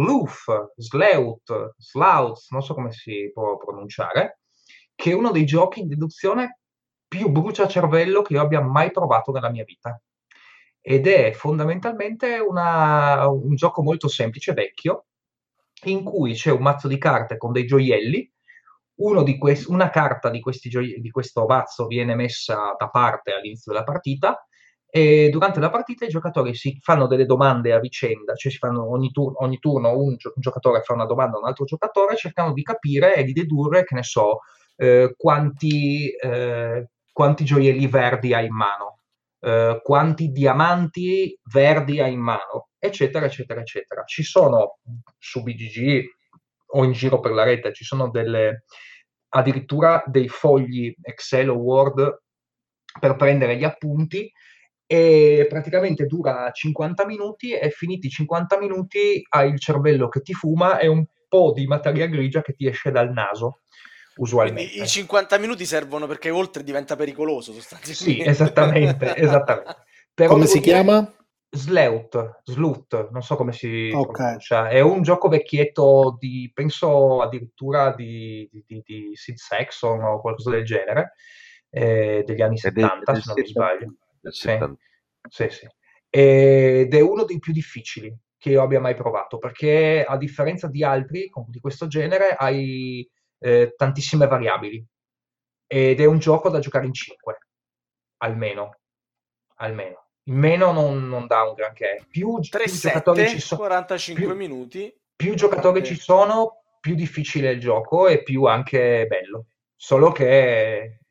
Sleuth, non so come si può pronunciare, che è uno dei giochi in deduzione più bruciacervello che io abbia mai provato nella mia vita. Ed è fondamentalmente un gioco molto semplice, vecchio, in cui c'è un mazzo di carte con dei gioielli. Una carta di questo mazzo viene messa da parte all'inizio della partita, e durante la partita i giocatori si fanno delle domande a vicenda, cioè ogni turno un giocatore fa una domanda a un altro giocatore, cercando di capire e di dedurre, che ne so, quanti gioielli verdi ha in mano, quanti diamanti verdi ha in mano, eccetera, eccetera, eccetera. Ci sono su BGG o in giro per la rete, ci sono addirittura dei fogli Excel o Word per prendere gli appunti, e praticamente dura 50 minuti, e finiti i 50 minuti hai il cervello che ti fuma e un po' di materia grigia che ti esce dal naso, usualmente. Quindi i 50 minuti servono perché oltre diventa pericoloso sostanzialmente. Sì, esattamente. Però Come devo si dire, chiama? Sleuth, non so come si Ok. pronuncia, è un gioco vecchietto penso addirittura di Sid Saxon o qualcosa del genere, degli anni 70, se non mi sbaglio. Sì. Ed è uno dei più difficili che io abbia mai provato, perché a differenza di altri di questo genere hai tantissime variabili, ed è un gioco da giocare in 5, almeno. In meno non dà un granché. Più giocatori ci 3-7, sono, 45 minuti. più giocatori ci sono, più difficile è il gioco e più anche bello. Solo che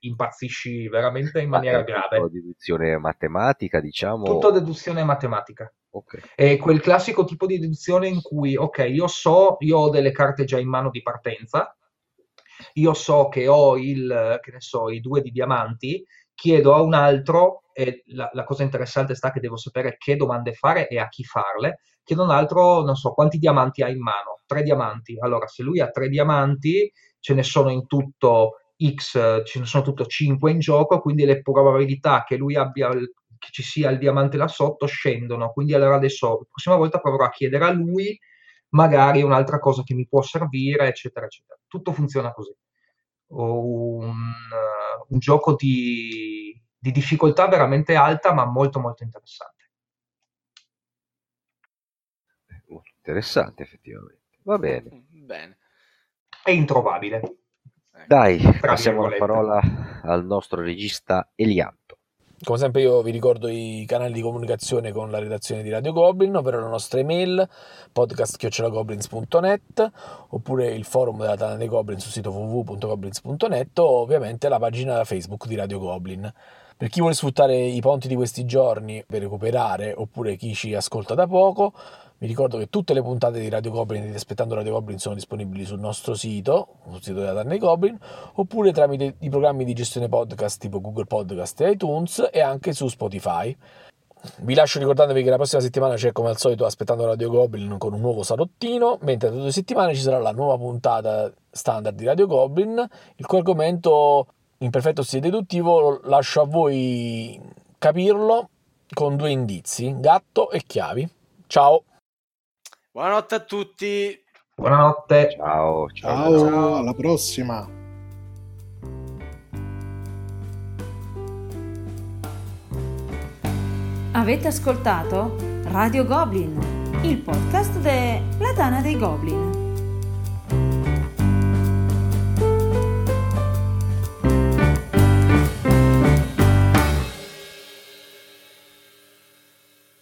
impazzisci veramente in maniera È grave. tutto deduzione matematica, diciamo. Tutto deduzione matematica. Ok. È quel classico tipo di deduzione in cui, ok, io ho delle carte già in mano di partenza, io so che ho i 2 di diamanti, chiedo a un altro, e la cosa interessante sta che devo sapere che domande fare e a chi farle, chiedo a un altro, non so, quanti diamanti ha in mano? 3 diamanti. Allora, se lui ha 3 diamanti, ce ne sono in tutto X, ce ne sono tutto 5 in gioco, quindi le probabilità che lui abbia che ci sia il diamante là sotto scendono. Quindi allora adesso, la prossima volta proverò a chiedere a lui magari un'altra cosa che mi può servire, eccetera, eccetera. Tutto funziona così. Un gioco di difficoltà veramente alta, ma molto molto interessante. Molto interessante, effettivamente. Va bene. Bene. È introvabile. Dai, Tra passiamo la virgolette. parola al nostro regista Elianto. Come sempre io vi ricordo i canali di comunicazione con la redazione di Radio Goblin, ovvero la nostra email podcast@goblins.net, oppure il forum della Tana dei Goblin sul sito www.goblins.net, o ovviamente la pagina Facebook di Radio Goblin. Per chi vuole sfruttare i ponti di questi giorni per recuperare, oppure chi ci ascolta da poco, vi ricordo che tutte le puntate di Radio Goblin e di Aspettando Radio Goblin sono disponibili sul nostro sito, sul sito della Tana dei Goblin, oppure tramite i programmi di gestione podcast tipo Google Podcast e iTunes, e anche su Spotify. Vi lascio ricordandovi che la prossima settimana c'è, come al solito, Aspettando Radio Goblin con un nuovo salottino, mentre tra 2 settimane ci sarà la nuova puntata standard di Radio Goblin, il cui argomento in perfetto stile deduttivo lascio a voi capirlo con 2 indizi: gatto e chiavi. Ciao! Buonanotte a tutti. Buonanotte. Ciao. Ciao, alla prossima. Avete ascoltato Radio Goblin, il podcast della Tana dei Goblin.